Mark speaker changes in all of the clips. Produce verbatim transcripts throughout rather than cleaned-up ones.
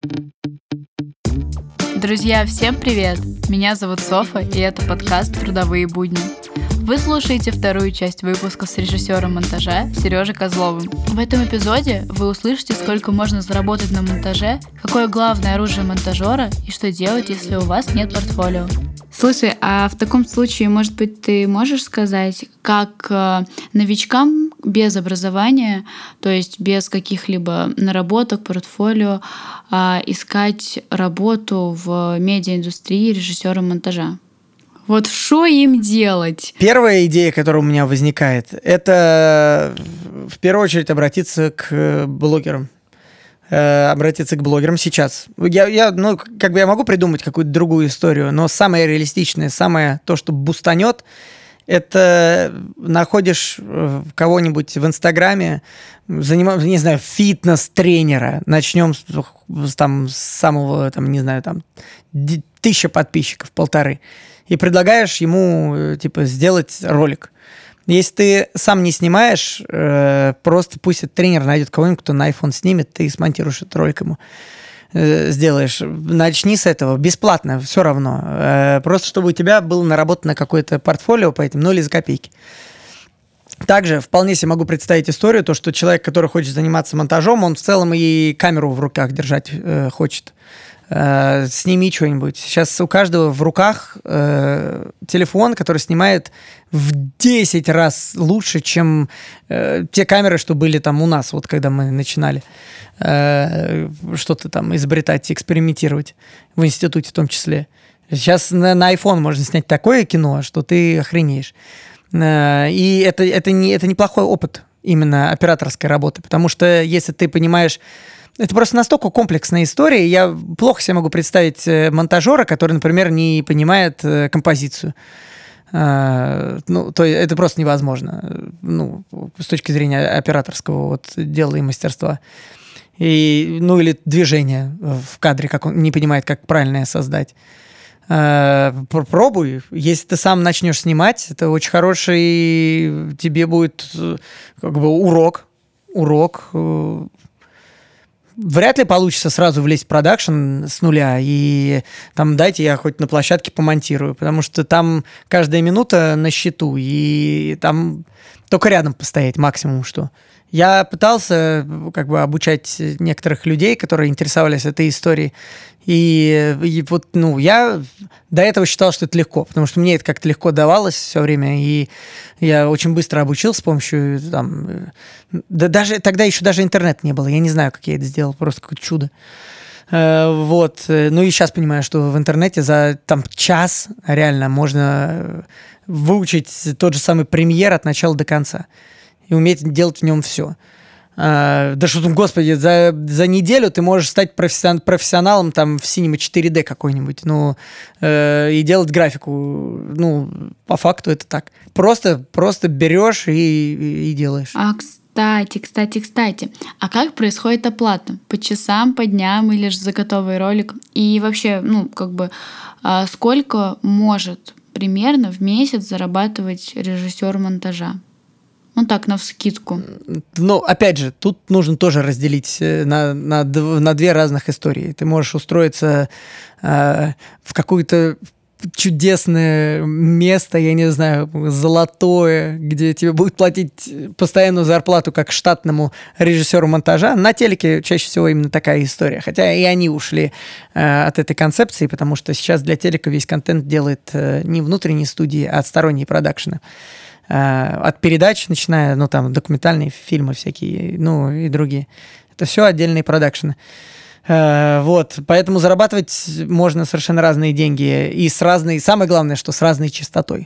Speaker 1: Друзья, всем привет! Меня зовут Софа, и это подкаст «Трудовые будни». Вы слушаете вторую часть выпуска с режиссером монтажа Сережей Козловым. В этом эпизоде вы услышите, сколько можно заработать на монтаже, какое главное оружие монтажера и что делать, если у вас нет портфолио. Слушай, а в таком случае, может быть, ты можешь сказать, как э, новичкам без образования, то есть без каких-либо наработок, портфолио, э, искать работу в медиаиндустрии режиссером монтажа? Вот что им делать?
Speaker 2: Первая идея, которая у меня возникает, это в первую очередь обратиться к блогерам. обратиться к блогерам сейчас. Я, я, ну, как бы я могу придумать какую-то другую историю, но самое реалистичное, самое то, что бустанет, это находишь кого-нибудь в Инстаграме, заним... не знаю, фитнес-тренера, начнем с, с, там, с самого, там, не знаю, там, тысяча подписчиков, полторы, и предлагаешь ему, типа, сделать ролик. Если ты сам не снимаешь, э, просто пусть этот тренер найдет кого-нибудь, кто на iPhone снимет, ты смонтируешь этот ролик ему, э, сделаешь. Начни с этого, бесплатно, все равно. Э, просто чтобы у тебя было наработано какое-то портфолио по этим, ну или за копейки. Также вполне себе могу представить историю, то, что человек, который хочет заниматься монтажом, он в целом и камеру в руках держать э, хочет. Э, сними что-нибудь. Сейчас у каждого в руках э, телефон, который снимает в десять раз лучше, чем э, те камеры, что были там у нас, вот когда мы начинали э, что-то там изобретать, экспериментировать в институте в том числе. Сейчас на, на iPhone можно снять такое кино, что ты охренеешь. Э, и это, это, не, это неплохой опыт именно операторской работы, потому что если ты понимаешь... Это просто настолько комплексная история, я плохо себе могу представить монтажера, который, например, не понимает композицию. Ну, то это просто невозможно, ну, с точки зрения операторского вот дела и мастерства. И, ну, или движение в кадре, как он не понимает, как правильно создать. Пробуй. Если ты сам начнешь снимать, это очень хороший тебе будет как бы урок. Урок. Вряд ли получится сразу влезть в продакшн с нуля и там дайте я хоть на площадке помонтирую, потому что там каждая минута на счету, и там только рядом постоять максимум что. Я пытался как бы обучать некоторых людей, которые интересовались этой историей, и, и вот, ну, я до этого считал, что это легко, потому что мне это как-то легко давалось все время, и я очень быстро обучился с помощью, там, да даже тогда еще даже интернета не было, я не знаю, как я это сделал, просто какое-то чудо. Вот, ну и сейчас понимаю, что в интернете за там час реально можно выучить тот же самый премьер от начала до конца и уметь делать в нем все. А, да что там, господи, за, за неделю ты можешь стать профессион, профессионалом там в Cinema четыре дэ какой-нибудь, ну, э, и делать графику. Ну, по факту это так. Просто, просто берешь и, и делаешь.
Speaker 1: А, кстати, кстати, кстати, а как происходит оплата? По часам, по дням или же за готовый ролик? И вообще, ну, как бы, а сколько может примерно в месяц зарабатывать режиссер монтажа? Ну так, навскидку.
Speaker 2: Ну, опять же, тут нужно тоже разделить на, на, на две разных истории. Ты можешь устроиться э, в какую-то чудесное место, я не знаю, золотое, где тебе будут платить постоянную зарплату как штатному режиссеру монтажа. На телеке чаще всего именно такая история. Хотя и они ушли э, от этой концепции, потому что сейчас для телека весь контент делает э, не внутренние студии, а сторонние продакшены. От передач, начиная, ну, там, документальные фильмы всякие, ну, и другие. Это все отдельные продакшены. Вот, поэтому зарабатывать можно совершенно разные деньги и с разной, самое главное, что с разной частотой.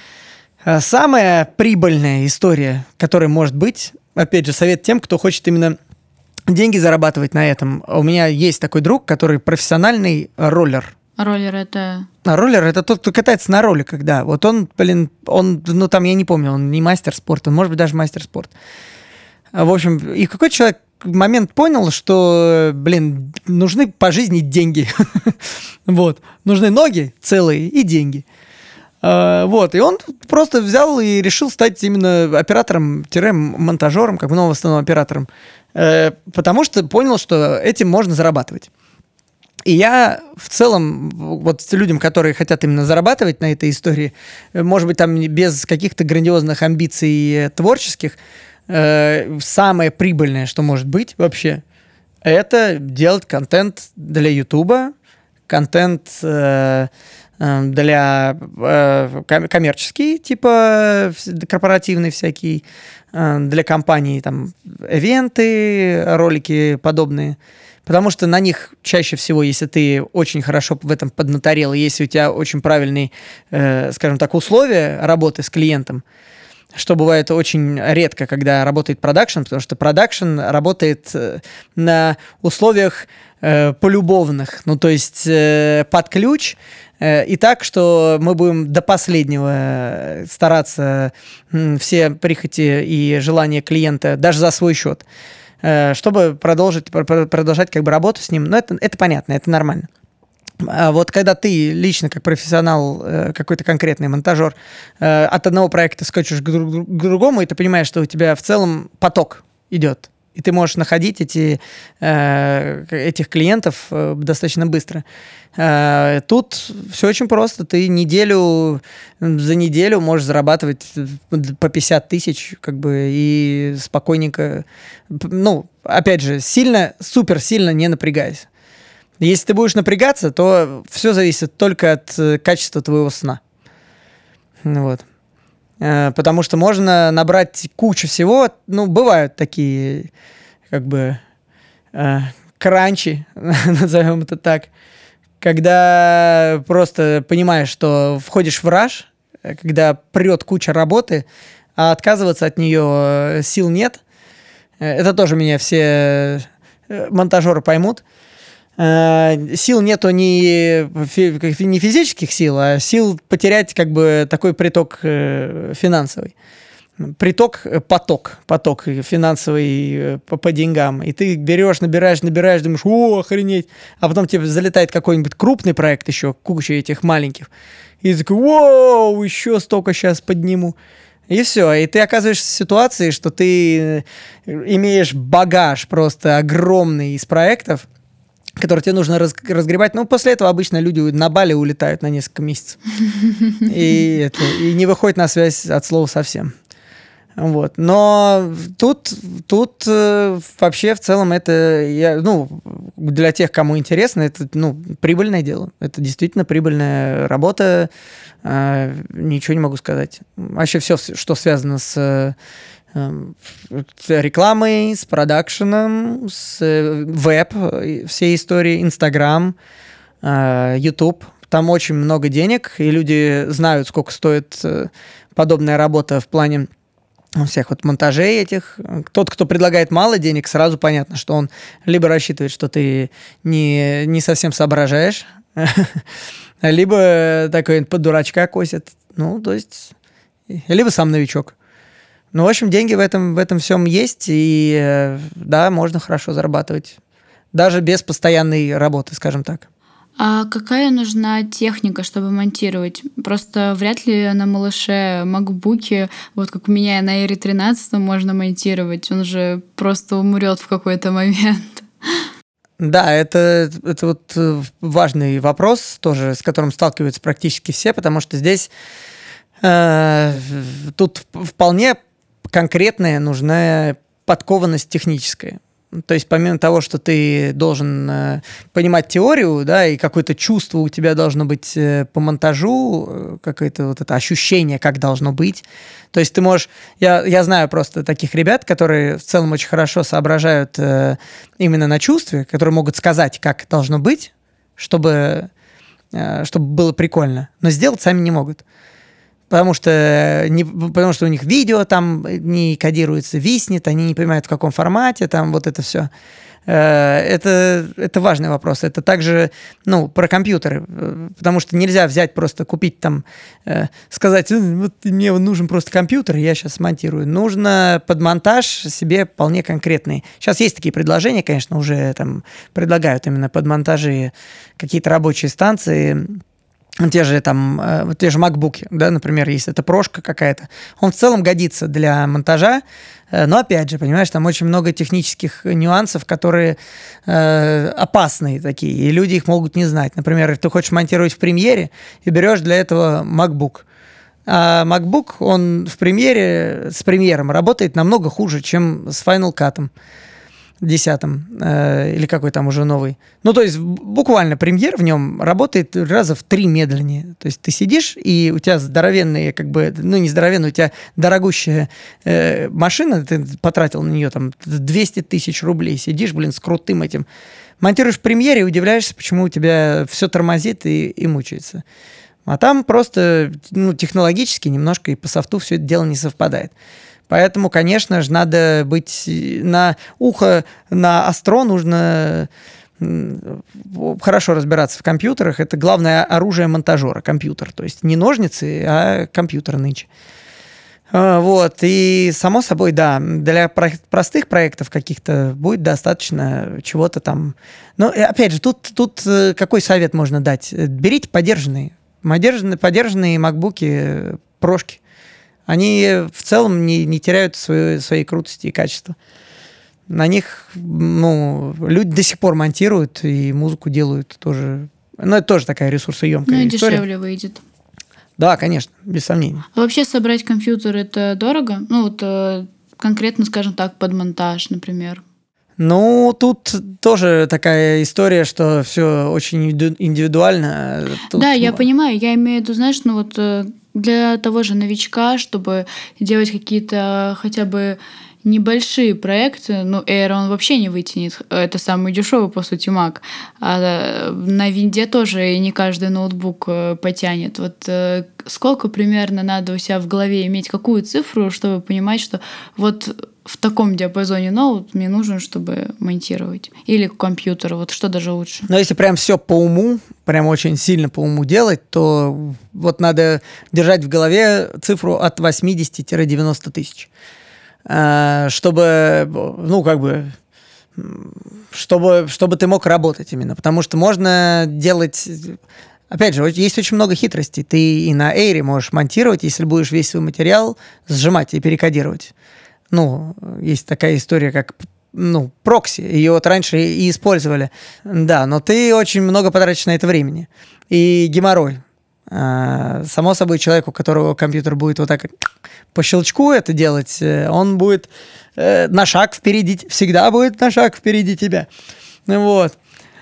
Speaker 2: Самая прибыльная история, которая может быть, опять же, совет тем, кто хочет именно деньги зарабатывать на этом. У меня есть такой друг, который профессиональный роллер.
Speaker 1: Роллер — это...
Speaker 2: А роллер — это тот, кто катается на роликах, да. Вот он, блин, он, ну там, я не помню, он не мастер спорта, он, может быть, даже мастер спорта. В общем, и какой человек в момент понял, что, блин, нужны по жизни деньги. Вот. Нужны ноги целые и деньги. Вот. И он просто взял и решил стать именно оператором-монтажером, как бы, ну, в основном оператором, потому что понял, что этим можно зарабатывать. И я в целом, вот людям, которые хотят именно зарабатывать на этой истории, может быть, там без каких-то грандиозных амбиций творческих, э, самое прибыльное, что может быть вообще, это делать контент для Ютуба, контент э, э, для э, коммерческий, типа корпоративный всякий, э, для компаний, там, ивенты, ролики подобные. Потому что на них чаще всего, если ты очень хорошо в этом поднаторел, если у тебя очень правильные, э, скажем так, условия работы с клиентом, что бывает очень редко, когда работает продакшн, потому что продакшн работает на условиях э, полюбовных, ну то есть э, под ключ, э, и так, что мы будем до последнего стараться э, все прихоти и желания клиента даже за свой счет, чтобы продолжить, продолжать как бы работу с ним. Но это, это понятно, это нормально. А вот когда ты лично, как профессионал, какой-то конкретный монтажер, от одного проекта скачешь к, друг, к другому, и ты понимаешь, что у тебя в целом поток идет, и ты можешь находить эти, этих клиентов достаточно быстро. Тут все очень просто. Ты неделю, за неделю можешь зарабатывать по пятьдесят тысяч, как бы, и спокойненько, ну, опять же, сильно, супер сильно не напрягаясь. Если ты будешь напрягаться, то все зависит только от качества твоего сна. Вот. Потому что можно набрать кучу всего. Ну, бывают такие, как бы, кранчи, назовем это так, когда просто понимаешь, что входишь в раж, когда прет куча работы, а отказываться от нее сил нет. Это тоже меня все монтажеры поймут. Сил нету не, не физических сил, а сил потерять как бы такой приток финансовый. Приток, поток, поток финансовый по, по деньгам. И ты берешь, набираешь, набираешь, думаешь, о, охренеть. А потом тебе залетает какой-нибудь крупный проект еще, куча этих маленьких. И ты такой, вау, еще столько сейчас подниму. И все. И ты оказываешься в ситуации, что ты имеешь багаж просто огромный из проектов, которые тебе нужно раз, разгребать. Ну, после этого обычно люди на Бали улетают на несколько месяцев. И, это, и не выходят на связь от слова совсем. Вот. Но тут, тут э, вообще в целом это, я, ну, для тех, кому интересно, это, ну, прибыльное дело. Это действительно прибыльная работа. Э, ничего не могу сказать. Вообще все, что связано с с рекламой, с продакшеном, с веб, всей истории, Инстаграм, Ютуб. Там очень много денег, и люди знают, сколько стоит подобная работа в плане всех вот монтажей этих. Тот, кто предлагает мало денег, сразу понятно, что он либо рассчитывает, что ты не, не совсем соображаешь, либо такой под дурачка косит. Ну, то есть, либо сам новичок. Ну, в общем, деньги в этом, в этом всем есть, и да, можно хорошо зарабатывать. Даже без постоянной работы, скажем так.
Speaker 1: А какая нужна техника, чтобы монтировать? Просто вряд ли на малыше макбуке, вот как у меня на Air тринадцать можно монтировать, он же просто умрет в какой-то момент.
Speaker 2: Да, это, это вот важный вопрос тоже, с которым сталкиваются практически все, потому что здесь э, тут вполне конкретная нужна подкованность техническая. То есть помимо того, что ты должен э, понимать теорию, да, и какое-то чувство у тебя должно быть э, по монтажу, э, какое-то вот это ощущение, как должно быть. То есть ты можешь... Я, я знаю просто таких ребят, которые в целом очень хорошо соображают э, именно на чувстве, которые могут сказать, как должно быть, чтобы, э, чтобы было прикольно, но сделать сами не могут. Потому что, не, потому что у них видео там не кодируется, виснет, они не понимают, в каком формате, там вот это все. Это, это важный вопрос. Это также, ну, про компьютеры. Потому что нельзя взять, просто купить там, сказать, вот мне нужен просто компьютер, я сейчас смонтирую. Нужно под монтаж себе вполне конкретный. Сейчас есть такие предложения, конечно, уже там предлагают именно под монтажи какие-то рабочие станции, те же там, э, те же макбуки, да, например, если это прошка какая-то, он в целом годится для монтажа, э, но опять же, понимаешь, там очень много технических нюансов, которые э, опасные такие, и люди их могут не знать. Например, ты хочешь монтировать в премьере и берешь для этого MacBook. А MacBook, он в премьере, с премьером работает намного хуже, чем с Final Cut'ом десятым, э, или какой там уже новый. Ну, то есть буквально премьер в нем работает раза в три медленнее. То есть ты сидишь, и у тебя здоровенные, как бы, ну, не здоровенная, у тебя дорогущая э, машина, ты потратил на нее там двести тысяч рублей, сидишь, блин, с крутым этим. Монтируешь в премьере и удивляешься, почему у тебя все тормозит и, и мучается. А там просто, ну, технологически немножко и по софту все это дело не совпадает. Поэтому, конечно же, надо быть на ухо, на остро нужно хорошо разбираться в компьютерах. Это главное оружие монтажера, компьютер. То есть не ножницы, а компьютер нынче. Вот. И, само собой, да, для простых проектов каких-то будет достаточно чего-то там. Но, опять же, тут, тут какой совет можно дать? Берите подержанные. Подержанные, подержанные макбуки, прошки. Они в целом не, не теряют свои, своей крутости и качества. На них, ну, люди до сих пор монтируют и музыку делают тоже. Ну, это тоже такая ресурсоемкая
Speaker 1: ну, и
Speaker 2: история.
Speaker 1: дешевле выйдет.
Speaker 2: Да, конечно, без сомнений.
Speaker 1: А вообще собрать компьютер — это дорого? Ну, вот э, конкретно, скажем так, под монтаж, например.
Speaker 2: Ну, тут тоже такая история, что все очень индивидуально. Тут...
Speaker 1: Да, я понимаю. Я имею в виду, знаешь, ну вот для того же новичка, чтобы делать какие-то хотя бы небольшие проекты, ну, Air он вообще не вытянет. Это самый дешевый, по сути, Mac. А на винде тоже не каждый ноутбук потянет. Вот сколько примерно надо у себя в голове иметь, какую цифру, чтобы понимать, что вот в таком диапазоне ноут мне нужен, чтобы монтировать. Или компьютер, вот что даже лучше.
Speaker 2: Но если прям все по уму, прям очень сильно по уму делать, то вот надо держать в голове цифру от восемьдесят до девяноста тысяч. Чтобы, ну, как бы, чтобы, чтобы ты мог работать именно. Потому что можно делать... Опять же, есть очень много хитростей. Ты и на Air можешь монтировать, если будешь весь свой материал сжимать и перекодировать. Ну, есть такая история, как, ну, прокси. Ее вот раньше и использовали. Да, но ты очень много потратишь на это времени. И геморрой. А, само собой, человек, у которого компьютер будет вот так по щелчку это делать, он будет э, на шаг впереди, всегда будет на шаг впереди тебя. Вот.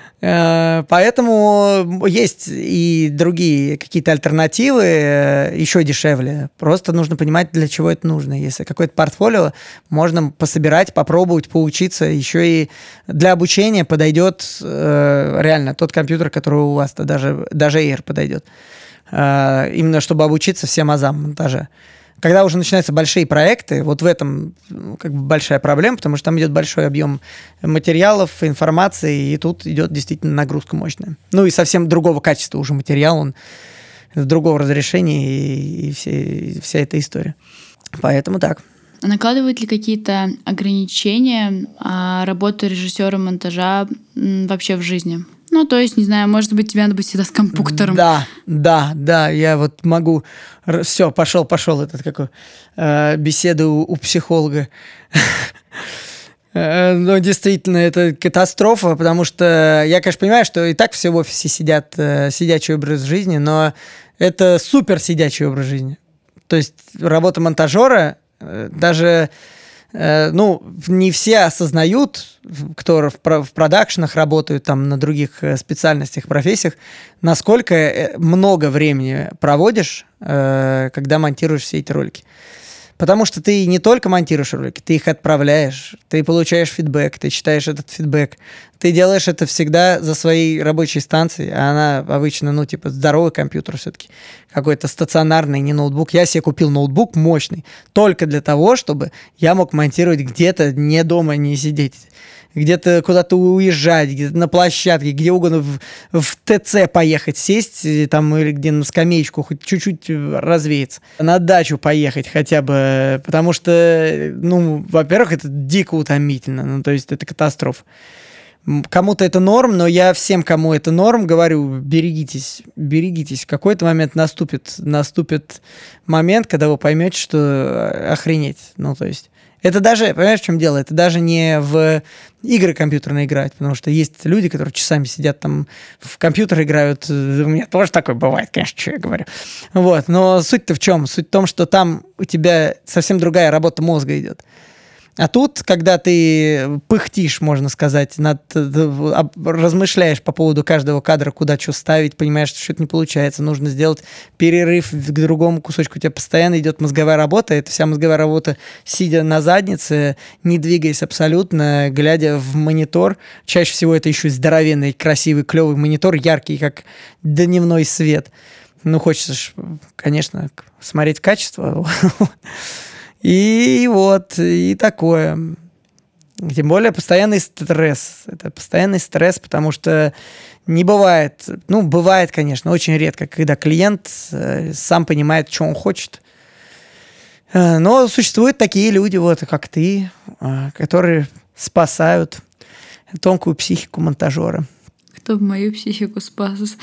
Speaker 2: Поэтому есть и другие какие-то альтернативы, еще дешевле. Просто нужно понимать, для чего это нужно. Если какое-то портфолио, можно пособирать, попробовать, поучиться. Еще и для обучения подойдет реально тот компьютер, который у вас-то, даже, даже Air подойдет. Именно чтобы обучиться всем азам монтажа. Когда уже начинаются большие проекты, вот в этом, ну, как бы большая проблема, потому что там идет большой объем материалов, информации, и тут идет действительно нагрузка мощная. Ну и совсем другого качества уже материал, он другого разрешения и, и, все, и вся эта история. Поэтому так.
Speaker 1: Накладывают ли какие-то ограничения а, работы режиссера монтажа м, вообще в жизни? Ну, то есть, не знаю, может быть, тебе надо быть всегда с компьютером.
Speaker 2: Да, да, да, я вот могу... Все, пошел, пошел этот какой... Э, беседа у, у психолога. Но действительно, это катастрофа, потому что я, конечно, понимаю, что и так все в офисе сидят, сидячий образ жизни, но это супер сидячий образ жизни. То есть работа монтажера даже... Ну, не все осознают, кто в продакшенах работают, там, на других специальностях, профессиях, насколько много времени проводишь, когда монтируешь все эти ролики. Потому что ты не только монтируешь ролики, ты их отправляешь, ты получаешь фидбэк, ты читаешь этот фидбэк. Ты делаешь это всегда за своей рабочей станцией, а она обычно, ну, типа, здоровый компьютер все-таки, какой-то стационарный, не ноутбук. Я себе купил ноутбук мощный только для того, чтобы я мог монтировать где-то, не дома, не сидеть. Где-то куда-то уезжать, где-то на площадке, где угодно, в, в ТЦ поехать, сесть там или где на скамеечку, хоть чуть-чуть развеяться. На дачу поехать хотя бы, потому что, ну, во-первых, это дико утомительно, ну, то есть это катастрофа. Кому-то это норм, но я всем, кому это норм, говорю, берегитесь, берегитесь. В какой-то момент наступит, наступит момент, когда вы поймете, что охренеть. Ну, то есть, это даже, понимаешь, в чем дело? Это даже не в игры компьютерные играть, потому что есть люди, которые часами сидят там в компьютер играют. У меня тоже такое бывает, конечно, что я говорю. Вот, но суть-то в чем? Суть в том, что там у тебя совсем другая работа мозга идет. А тут, когда ты пыхтишь, можно сказать, над, размышляешь по поводу каждого кадра, куда что ставить, понимаешь, что что-то не получается, нужно сделать перерыв к другому кусочку, у тебя постоянно идет мозговая работа, это вся мозговая работа, сидя на заднице, не двигаясь абсолютно, глядя в монитор, чаще всего это еще и здоровенный, красивый, клевый монитор, яркий, как дневной свет. Ну, хочется, конечно, смотреть качество. И вот, и такое. Тем более постоянный стресс. Это постоянный стресс, потому что не бывает, ну, бывает, конечно, очень редко, когда клиент сам понимает, что он хочет. Но существуют такие люди, вот, как ты, которые спасают тонкую психику монтажера.
Speaker 1: Кто бы мою психику спас?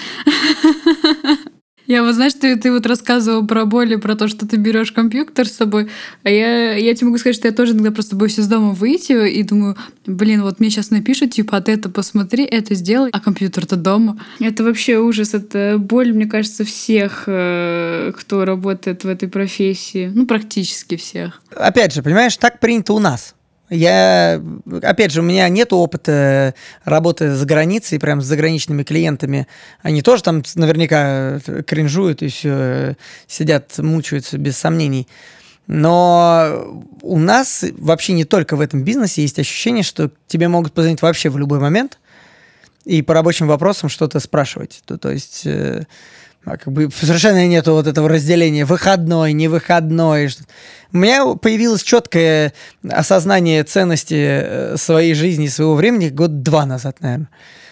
Speaker 1: Я вот, знаешь, ты, ты вот рассказывал про боли, про то, что ты берешь компьютер с собой, а я, я тебе могу сказать, что я тоже иногда просто боюсь из дома выйти и думаю, блин, вот мне сейчас напишут, типа, а ты это посмотри, это сделай, а компьютер-то дома. Это вообще ужас, это боль, мне кажется, всех, кто работает в этой профессии, ну, практически всех.
Speaker 2: Опять же, понимаешь, так принято у нас. Я, опять же, у меня нет опыта работы за границей, прям с заграничными клиентами. Они тоже там наверняка кринжуют и все, сидят, мучаются без сомнений. Но у нас вообще не только в этом бизнесе есть ощущение, что тебе могут позвонить вообще в любой момент и по рабочим вопросам что-то спрашивать. То, то есть... как бы совершенно нету вот этого разделения выходной, не выходной. У меня появилось четкое осознание ценности своей жизни, своего времени год два назад, наверное.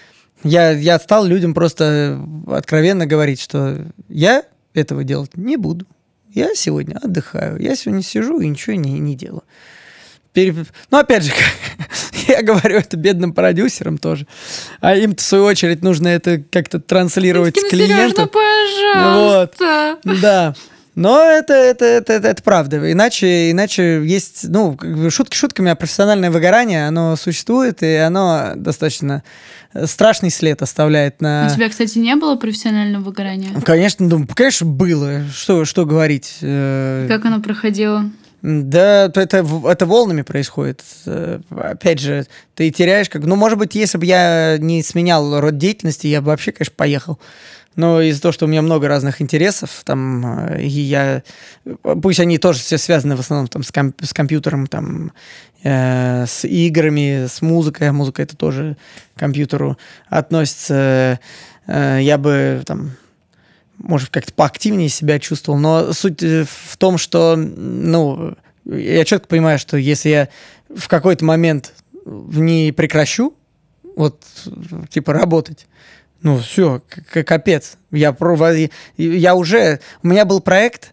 Speaker 2: Я, я стал людям просто откровенно говорить, что я этого делать не буду. Я сегодня отдыхаю. Я сегодня сижу и ничего не, не делаю. Переп... Ну, опять же, я говорю это бедным продюсерам тоже. А им-то, в свою очередь, нужно это как-то транслировать с клиентом.
Speaker 1: Сереж, ну, пожалуйста.
Speaker 2: Вот. Да. Но это, это, это, это, это правда. Иначе, иначе есть... Ну, шутки шутками, а профессиональное выгорание, оно существует, и оно достаточно страшный след оставляет на...
Speaker 1: У тебя, кстати, не было профессионального выгорания?
Speaker 2: Конечно, думаю, конечно, было. Что, что говорить?
Speaker 1: Как оно проходило?
Speaker 2: Да, это, это волнами происходит. Опять же, ты теряешь как... Ну, может быть, если бы я не сменял род деятельности, я бы вообще, конечно, поехал. Но из-за того, что у меня много разных интересов, там, и я... Пусть они тоже все связаны в основном там, с, комп- с компьютером, там, э, с играми, с музыкой. Музыка — это тоже к компьютеру относится. Э, я бы там... может, как-то поактивнее себя чувствовал, но суть в том, что, ну, я четко понимаю, что если я в какой-то момент не прекращу, вот, типа, работать, ну, все, капец. Я, я уже... У меня был проект,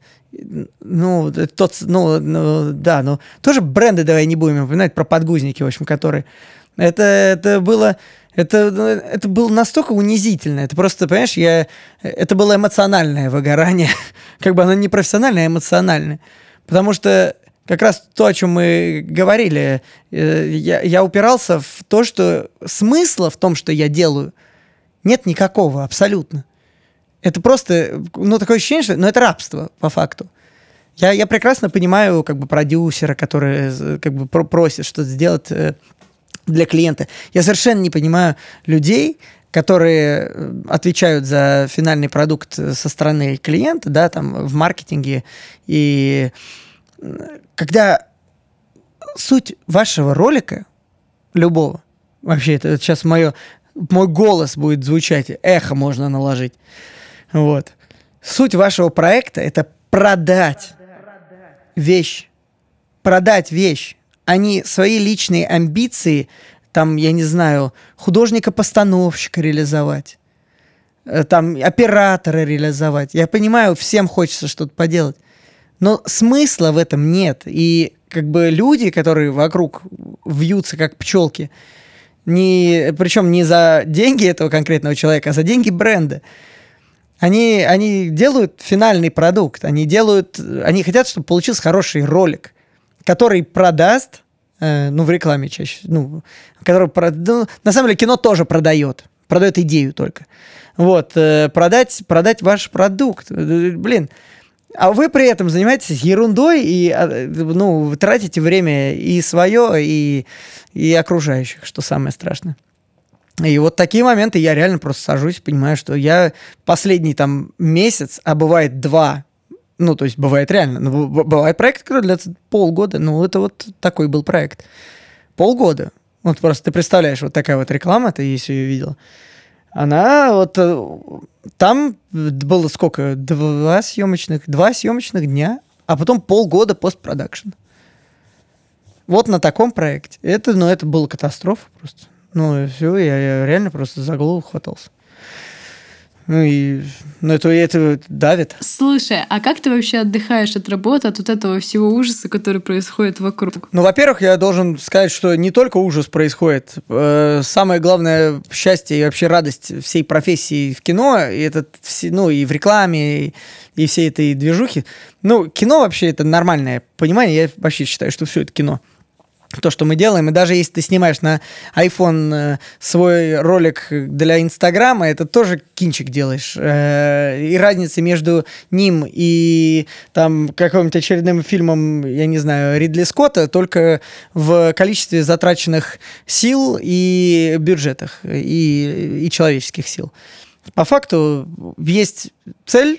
Speaker 2: ну, тот, ну, ну, да, ну, тоже бренды давай не будем упоминать, про подгузники, в общем, которые... Это, это было... Это, это было настолько унизительно. Это просто, понимаешь, я... это было эмоциональное выгорание. Как бы оно не профессиональное, а эмоциональное. Потому что как раз то, о чем мы говорили, я, я упирался в то, что смысла в том, что я делаю, нет никакого абсолютно. Это просто, ну, такое ощущение, что... Ну, это рабство, по факту. Я, я прекрасно понимаю, как бы, продюсера, который, как бы, просит что-то сделать для клиента. Я совершенно не понимаю людей, которые отвечают за финальный продукт со стороны клиента, да, там, в маркетинге. И когда суть вашего ролика, любого, вообще, это сейчас мое, мой голос будет звучать, эхо можно наложить. Вот. Суть вашего проекта — это продать вещь. Продать вещь. А не свои личные амбиции, там, я не знаю, художника-постановщика реализовать, там, оператора реализовать. Я понимаю, всем хочется что-то поделать, но смысла в этом нет. И как бы люди, которые вокруг вьются, как пчелки, Не, причем не за деньги этого конкретного человека, а за деньги бренда. Они, они делают финальный продукт, они делают, они хотят, чтобы получился хороший ролик, который продаст, э, ну, в рекламе чаще, ну, который, ну, на самом деле, кино тоже продает, продает идею только. Вот, э, продать, продать ваш продукт, блин. А вы при этом занимаетесь ерундой и, ну, тратите время и свое, и, и окружающих, что самое страшное. И вот такие моменты я реально просто сажусь, понимаю, что я последний там месяц, а бывает два, ну, то есть бывает реально, ну, бывает проект, который длится полгода, ну, это вот такой был проект. Полгода. Вот просто ты представляешь, вот такая вот реклама, ты если ее видел. Она вот... Там было сколько? Два съемочных, два съемочных дня, а потом полгода постпродакшн. Вот на таком проекте. Это, ну, это была катастрофа просто. Ну, и все, я, я реально просто за голову хватался. Ну, и ну, это, это давит.
Speaker 1: Слушай, а как ты вообще отдыхаешь от работы, от вот этого всего ужаса, который происходит вокруг?
Speaker 2: Ну, во-первых, я должен сказать, что не только ужас происходит. Самое главное счастье и вообще радость всей профессии в кино, и это, ну, и в рекламе, и, и всей этой движухи. Ну, кино вообще это нормальное понимание. Я вообще считаю, что все это кино. То, что мы делаем, и даже если ты снимаешь на iPhone свой ролик для Инстаграма, это тоже кинчик делаешь. И разница между ним и там каким-нибудь очередным фильмом, я не знаю, Ридли Скотта, только в количестве затраченных сил и бюджетах, и, и человеческих сил. По факту есть цель,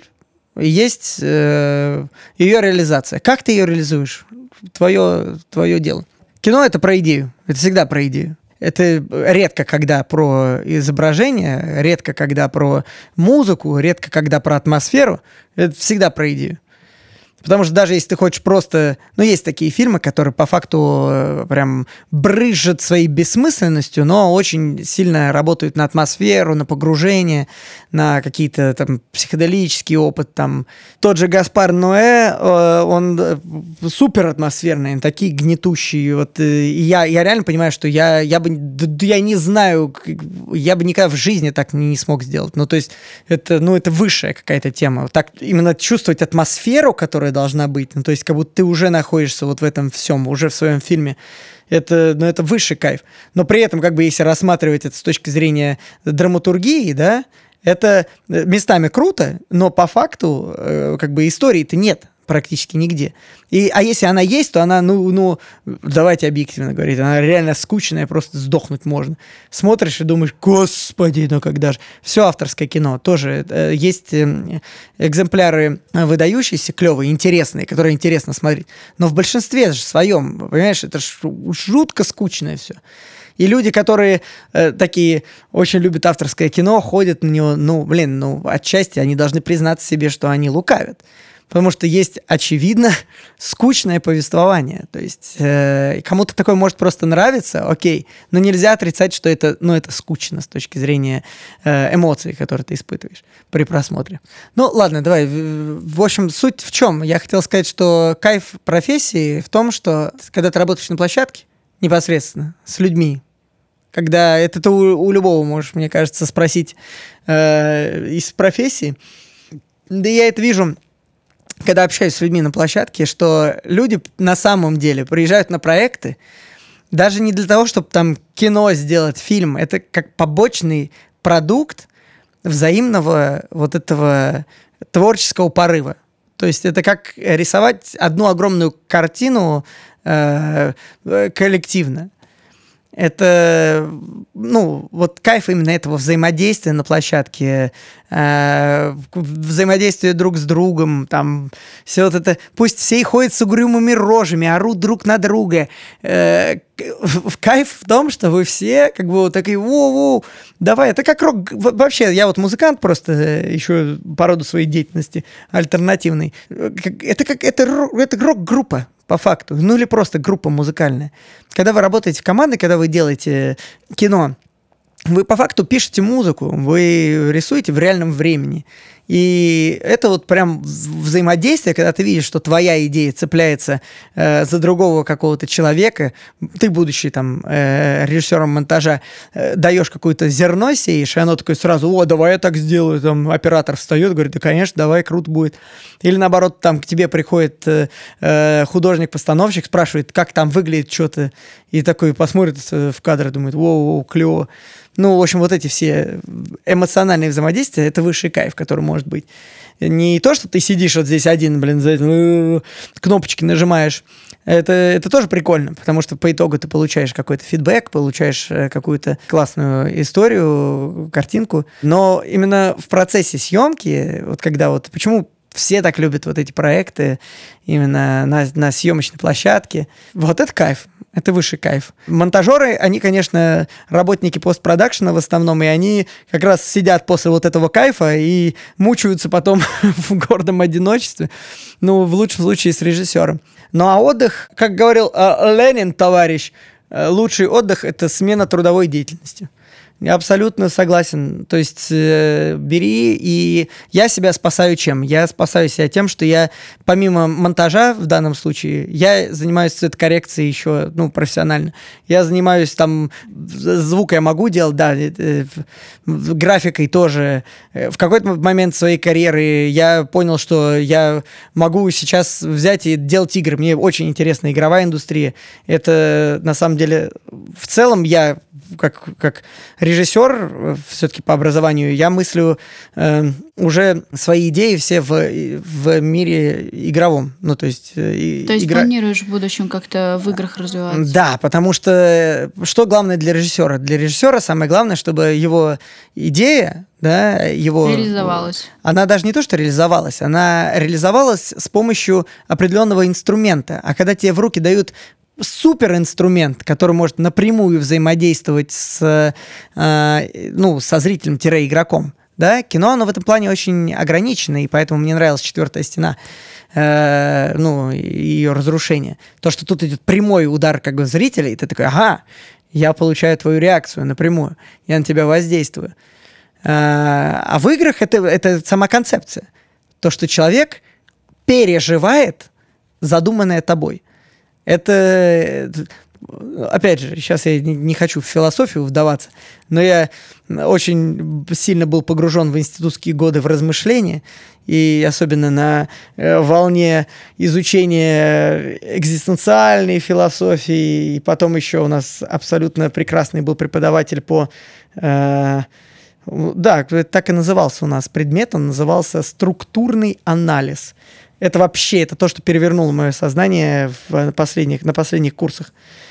Speaker 2: есть э, ее реализация. Как ты ее реализуешь? Твое, твое дело. Кино — это про идею. Это всегда про идею. Это редко когда про изображение, редко когда про музыку, редко когда про атмосферу. Это всегда про идею. Потому что даже если ты хочешь просто... Ну, есть такие фильмы, которые по факту э, прям брызжат своей бессмысленностью, но очень сильно работают на атмосферу, на погружение, на какие-то там психоделический опыт. Там. Тот же Гаспар Ноэ, э, он супер атмосферный, такие гнетущие. Вот, э, и я, я реально понимаю, что я, я бы... Я не знаю, я бы никогда в жизни так не, не смог сделать. Ну, то есть это, ну, это высшая какая-то тема. Так именно чувствовать атмосферу, которая должна быть. Ну, то есть, как будто ты уже находишься вот в этом всем, уже в своем фильме. Это, ну, это высший кайф. Но при этом, как бы, если рассматривать это с точки зрения драматургии, да, это местами круто, но по факту, э, как бы, истории-то нет практически нигде. И, а если она есть, то она, ну, ну, давайте объективно говорить, она реально скучная, просто сдохнуть можно. Смотришь и думаешь, господи, ну когда же. Все авторское кино. Тоже э, есть э, экземпляры выдающиеся, клевые, интересные, которые интересно смотреть. Но в большинстве же своем, понимаешь, это ж жутко скучное все. И люди, которые э, такие очень любят авторское кино, ходят на него, ну, блин, ну, отчасти они должны признаться себе, что они лукавят. Потому что есть, очевидно, скучное повествование. То есть э, кому-то такое может просто нравиться, окей, но нельзя отрицать, что это, ну, это скучно с точки зрения э, эмоций, которые ты испытываешь при просмотре. Ну, ладно, давай. В, в общем, суть в чем? Я хотел сказать, что кайф профессии в том, что когда ты работаешь на площадке, непосредственно, с людьми, когда это ты у, у любого можешь, мне кажется, спросить э, из профессии, да я это вижу... Когда общаюсь с людьми на площадке, что люди на самом деле приезжают на проекты даже не для того, чтобы там кино сделать, фильм. Это как побочный продукт взаимного вот этого творческого порыва. То есть это как рисовать одну огромную картину э, коллективно. Это, ну, вот кайф именно этого взаимодействия на площадке, э, взаимодействия друг с другом, там, все вот это, пусть все ходят с угрюмыми рожами, орут друг на друга. Э, кайф в том, что вы все, как бы, вот такие, воу-воу, давай, это как рок, вообще, я вот музыкант просто, еще по роду своей деятельности альтернативной. Это как, это, это рок-группа. По факту. Ну или просто группа музыкальная. Когда вы работаете в команде, когда вы делаете кино, вы по факту пишете музыку, вы рисуете в реальном времени. И это вот прям взаимодействие, когда ты видишь, что твоя идея цепляется э, за другого какого-то человека, ты, будучи там э, режиссером монтажа, э, даешь какое-то зерно, сеешь, и оно такое сразу: о, давай я так сделаю. Там оператор встает, говорит: да, конечно, давай, круто будет. Или наоборот, там к тебе приходит э, э, художник-постановщик, спрашивает, как там выглядит что-то, и такой посмотрит в кадр и думает: воу, клево. Ну, в общем, вот эти все эмоциональные взаимодействия — это высший кайф, который может быть. Не то, что ты сидишь вот здесь один, блин, за этим, кнопочки нажимаешь. Это, это тоже прикольно, потому что по итогу ты получаешь какой-то фидбэк, получаешь какую-то классную историю, картинку. Но именно в процессе съемки, вот когда вот... Почему все так любят вот эти проекты именно на, на съемочной площадке? Вот это кайф. Это высший кайф. Монтажеры, они, конечно, работники постпродакшена в основном, и они как раз сидят после вот этого кайфа и мучаются потом в гордом одиночестве. Ну, в лучшем случае с режиссером. Ну, а отдых, как говорил э, Ленин, товарищ, э, лучший отдых — это смена трудовой деятельности. Я абсолютно согласен. То есть э, бери, и я себя спасаю чем? Я спасаю себя тем, что я помимо монтажа в данном случае, я занимаюсь цветокоррекцией еще, ну, профессионально. Я занимаюсь там, звук я могу делать, да, э, графикой тоже. В какой-то момент своей карьеры я понял, что я могу сейчас взять и делать игры. Мне очень интересна игровая индустрия. Это, на самом деле, в целом я как, как режиссер, все-таки по образованию, я мыслю э, уже свои идеи все в, в мире игровом. Ну, то есть, э,
Speaker 1: то есть
Speaker 2: игра...
Speaker 1: планируешь в будущем как-то в играх развиваться?
Speaker 2: Да, потому что что главное для режиссера? Для режиссера самое главное, чтобы его идея, да, его...
Speaker 1: реализовалась.
Speaker 2: Она даже не то, что реализовалась, она реализовалась с помощью определенного инструмента. А когда тебе в руки дают суперинструмент, который может напрямую взаимодействовать с, э, ну, со зрителем-игроком, да, кино, оно в этом плане очень ограничено, и поэтому мне нравилась «Четвертая стена», э, ну, ее разрушение. То, что тут идет прямой удар как бы зрителя, и ты такой: ага, я получаю твою реакцию напрямую, я на тебя воздействую. Э, а в играх это, это сама концепция. То, что человек переживает задуманное тобой. Это, опять же, сейчас я не хочу в философию вдаваться, но я очень сильно был погружен в институтские годы в размышления, и особенно на волне изучения экзистенциальной философии, и потом еще у нас абсолютно прекрасный был преподаватель по... Э, да, так и назывался у нас предмет, он назывался «Структурный анализ». Это вообще, это то, что перевернуло мое сознание в последних, на последних курсах.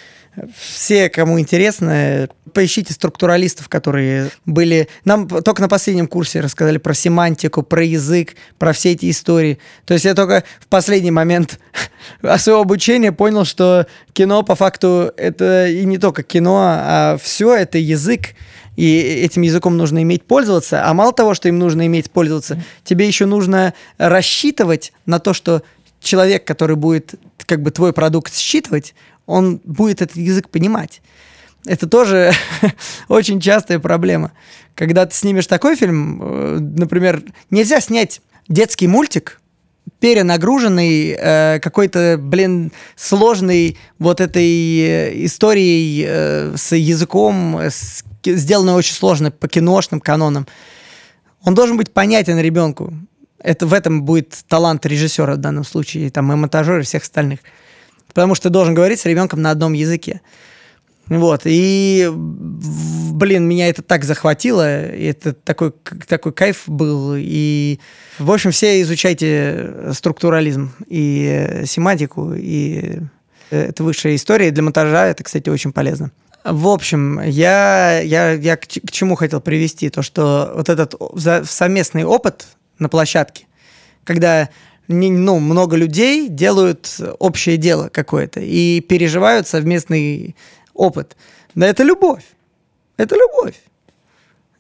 Speaker 2: Все, кому интересно, поищите структуралистов, которые были... Нам только на последнем курсе рассказали про семантику, про язык, про все эти истории. То есть я только в последний момент своего обучения понял, что кино, по факту, это и не только кино, а все это язык. И этим языком нужно иметь пользоваться. А мало того, что им нужно иметь пользоваться, тебе еще нужно рассчитывать на то, что человек, который будет как бы твой продукт считывать, он будет этот язык понимать. Это тоже очень частая проблема. Когда ты снимешь такой фильм, например, нельзя снять детский мультик, перенагруженный э, какой-то, блин, сложной вот этой историей э, с языком, с, сделанной очень сложно по киношным канонам. Он должен быть понятен ребенку. Это, в этом будет талант режиссера в данном случае, там, и монтажера, и всех остальных. Потому что ты должен говорить с ребенком на одном языке. Вот, и, блин, меня это так захватило, и это такой, такой кайф был, и, в общем, все изучайте структурализм и семантику, и это высшая история, для монтажа это, кстати, очень полезно. В общем, я, я, я к, к чему хотел привести, то, что вот этот совместный опыт на площадке, когда... ну, много людей делают общее дело какое-то и переживают совместный опыт. Да это любовь. Это любовь.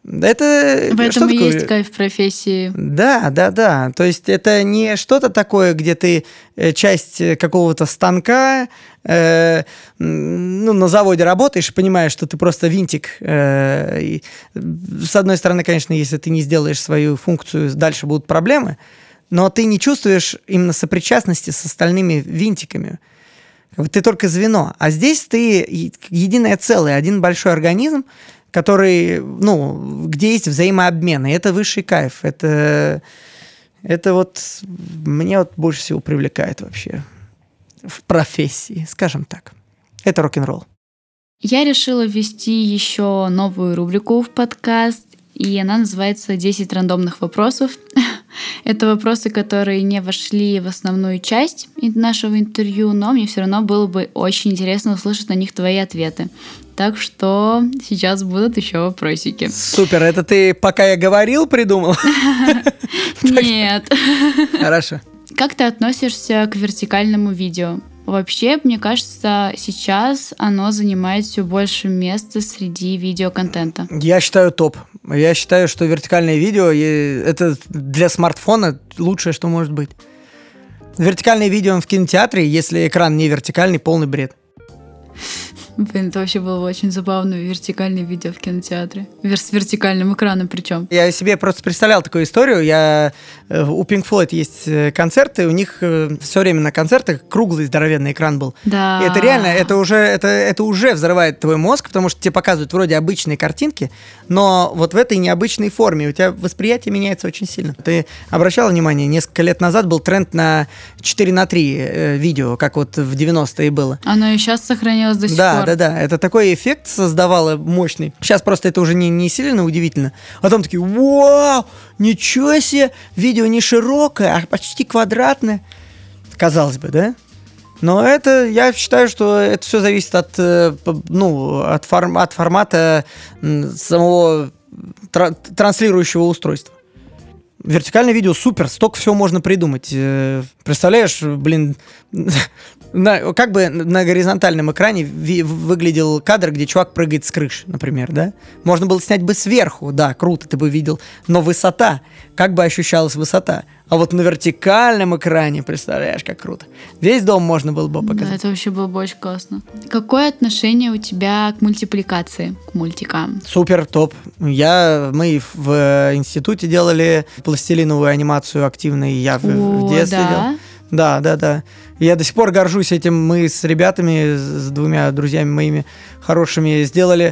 Speaker 2: Это
Speaker 1: В этом
Speaker 2: что
Speaker 1: и
Speaker 2: такое?
Speaker 1: есть кайф профессии.
Speaker 2: Да, да, да. То есть это не что-то такое, где ты э, часть какого-то станка, э, ну, на заводе работаешь и понимаешь, что ты просто винтик. Э, и, с одной стороны, конечно, если ты не сделаешь свою функцию, дальше будут проблемы, но ты не чувствуешь именно сопричастности с остальными винтиками. Ты только звено. А здесь ты единое целое, один большой организм, который, ну, где есть взаимообмен, и это высший кайф. Это, это вот мне вот больше всего привлекает вообще в профессии, скажем так. Это рок-н-ролл.
Speaker 1: Я решила ввести еще новую рубрику в подкаст, и она называется «десять рандомных вопросов». Это вопросы, которые не вошли в основную часть нашего интервью, но мне все равно было бы очень интересно услышать на них твои ответы. Так что сейчас будут еще вопросики.
Speaker 2: Супер, это ты, пока я говорил, придумал?
Speaker 1: Нет.
Speaker 2: Хорошо.
Speaker 1: Как ты относишься к вертикальному видео? Вообще, мне кажется, сейчас оно занимает все больше места среди видеоконтента.
Speaker 2: Я считаю топ. Я считаю, что вертикальное видео это для смартфона лучшее, что может быть. Вертикальное видео в кинотеатре, если экран не вертикальный, полный бред.
Speaker 1: Блин, это вообще было бы очень забавно, вертикальное видео в кинотеатре. С вертикальным экраном причем.
Speaker 2: Я себе просто представлял такую историю. Я, у Pink Floyd есть концерты, у них все время на концертах круглый здоровенный экран был.
Speaker 1: Да.
Speaker 2: И это реально, это уже, это, это уже взрывает твой мозг, потому что тебе показывают вроде обычные картинки, но вот в этой необычной форме у тебя восприятие меняется очень сильно. Ты обращал внимание, несколько лет назад был тренд на четыре на три э, видео, как вот в девяностые было.
Speaker 1: Оно и сейчас сохранилось до сих
Speaker 2: да,
Speaker 1: пор.
Speaker 2: Да, да, да. Это такой эффект создавало мощный. Сейчас просто это уже не, не сильно удивительно. А там такие, вау, ничего себе, видео не широкое, а почти квадратное. Казалось бы, да? Но это, я считаю, что это все зависит от, ну, от, форм, от формата самого тра- транслирующего устройства. Вертикальное видео супер, столько всего можно придумать. Представляешь, блин, на, как бы на горизонтальном экране ви- выглядел кадр, где чувак прыгает с крыши, например, да? Можно было снять бы сверху, да, круто, ты бы видел, но высота, как бы ощущалась высота. А вот на вертикальном экране, представляешь, как круто. Весь дом можно было бы показать.
Speaker 1: Да, это вообще было бы очень классно. Какое отношение у тебя к мультипликации, к мультикам?
Speaker 2: Супер, топ. Я, мы в институте делали пластилиновую анимацию активно, и я в,
Speaker 1: О,
Speaker 2: в детстве
Speaker 1: да?
Speaker 2: делал. Да, да, да. Я до сих пор горжусь этим. Мы с ребятами, с двумя друзьями моими хорошими, сделали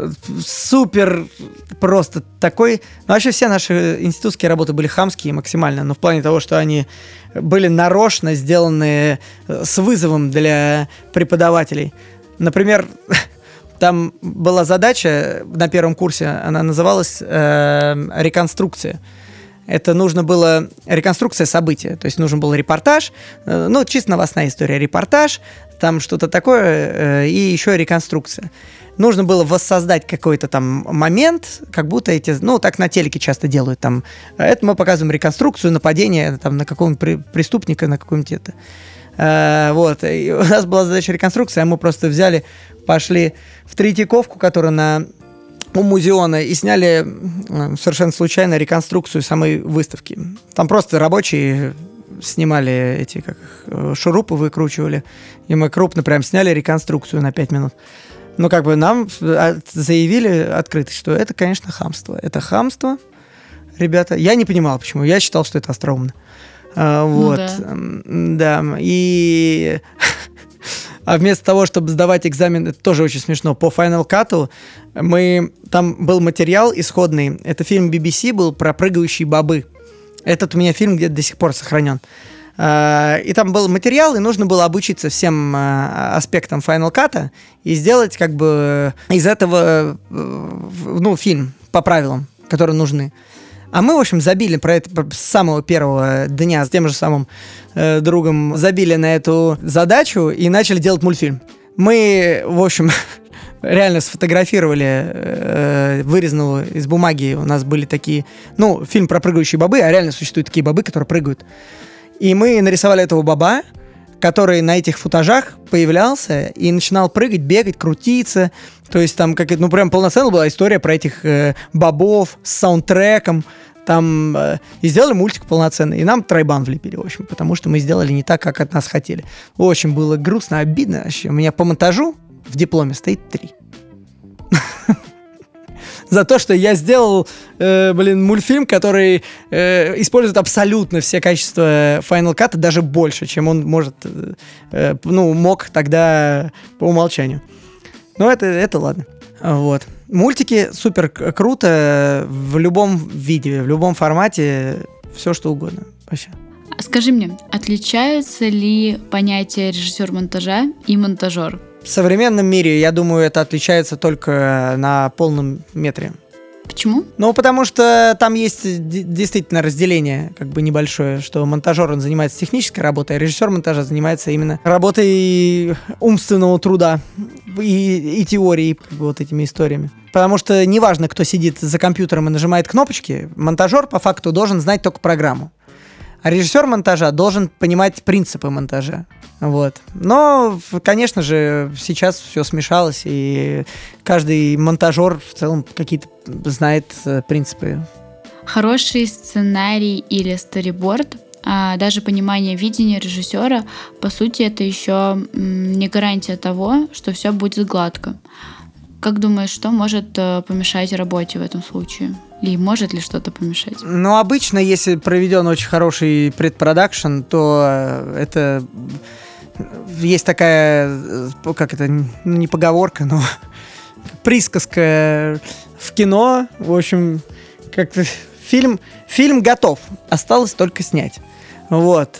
Speaker 2: супер просто такой... Ну, вообще все наши институтские работы были хамские максимально, но в плане того, что они были нарочно сделаны с вызовом для преподавателей. Например, там была задача на первом курсе, она называлась э, «Реконструкция». Это нужно было реконструкция события, то есть нужен был репортаж, ну, чисто новостная история, репортаж, там что-то такое, и еще реконструкция. Нужно было воссоздать какой-то там момент, как будто эти, ну, так на телеке часто делают, там, это мы показываем реконструкцию нападения там, на какого-нибудь преступника, на какого-нибудь это. А, вот, и у нас была задача реконструкции, а мы просто взяли, пошли в Третьяковку, которая на... у музеона, и сняли совершенно случайно реконструкцию самой выставки. Там просто рабочие снимали эти как их, шурупы, выкручивали, и мы крупно прям сняли реконструкцию на пять минут. Ну, как бы нам заявили открыто, что это, конечно, хамство. Это хамство, ребята. Я не понимал, почему. Я считал, что это остроумно. А, вот. Ну, да. да. И... А вместо того, чтобы сдавать экзамен, это тоже очень смешно, по Final Cut, мы, там был материал исходный, это фильм би би си был про прыгающие бобы. Этот у меня фильм где-то до сих пор сохранен. И там был материал, и нужно было обучиться всем аспектам Final Cut и сделать как бы из этого, ну, фильм по правилам, которые нужны. А мы, в общем, забили про это с самого первого дня, с тем же самым э, другом, забили на эту задачу и начали делать мультфильм. Мы, в общем, реально сфотографировали э, вырезанного из бумаги. У нас были такие, ну, фильм про прыгающие бобы, а реально существуют такие бобы, которые прыгают. И мы нарисовали этого боба, который на этих футажах появлялся и начинал прыгать, бегать, крутиться. То есть там как ну прям полноценная была история про этих э, бобов с саундтреком. Там э, и сделали мультик полноценный, и нам тройбан влепили, в общем, потому что мы сделали не так, как от нас хотели. Очень было грустно, обидно вообще. У меня по монтажу в дипломе стоит три. За то, что я сделал, э, блин, мультфильм, который э, использует абсолютно все качества Final Cut, даже больше, чем он может, э, ну, мог тогда по умолчанию. Но это, это ладно. Вот. Мультики супер круто в любом виде, в любом формате, все что угодно вообще.
Speaker 1: Скажи мне, отличаются ли понятия режиссер монтажа и монтажер?
Speaker 2: В современном мире, я думаю, это отличается только на полном метре.
Speaker 1: Почему?
Speaker 2: Ну, потому что там есть д- действительно разделение как бы небольшое, что монтажер, он занимается технической работой, а режиссер монтажа занимается именно работой умственного труда и, и теорией, как бы, вот этими историями. Потому что неважно, кто сидит за компьютером и нажимает кнопочки, монтажер по факту должен знать только программу. А режиссер монтажа должен понимать принципы монтажа. Вот. Но, конечно же, сейчас все смешалось, и каждый монтажер в целом какие-то знает принципы.
Speaker 1: Хороший сценарий или сториборд, а даже понимание видения режиссера, по сути, это еще не гарантия того, что все будет гладко. Как думаешь, что может помешать работе в этом случае? Или может ли что-то помешать?
Speaker 2: Ну, обычно, если проведен очень хороший предпродакшн, то это... Есть такая, как это, не поговорка, но присказка в кино. В общем, как-то фильм, фильм готов, осталось только снять. Вот.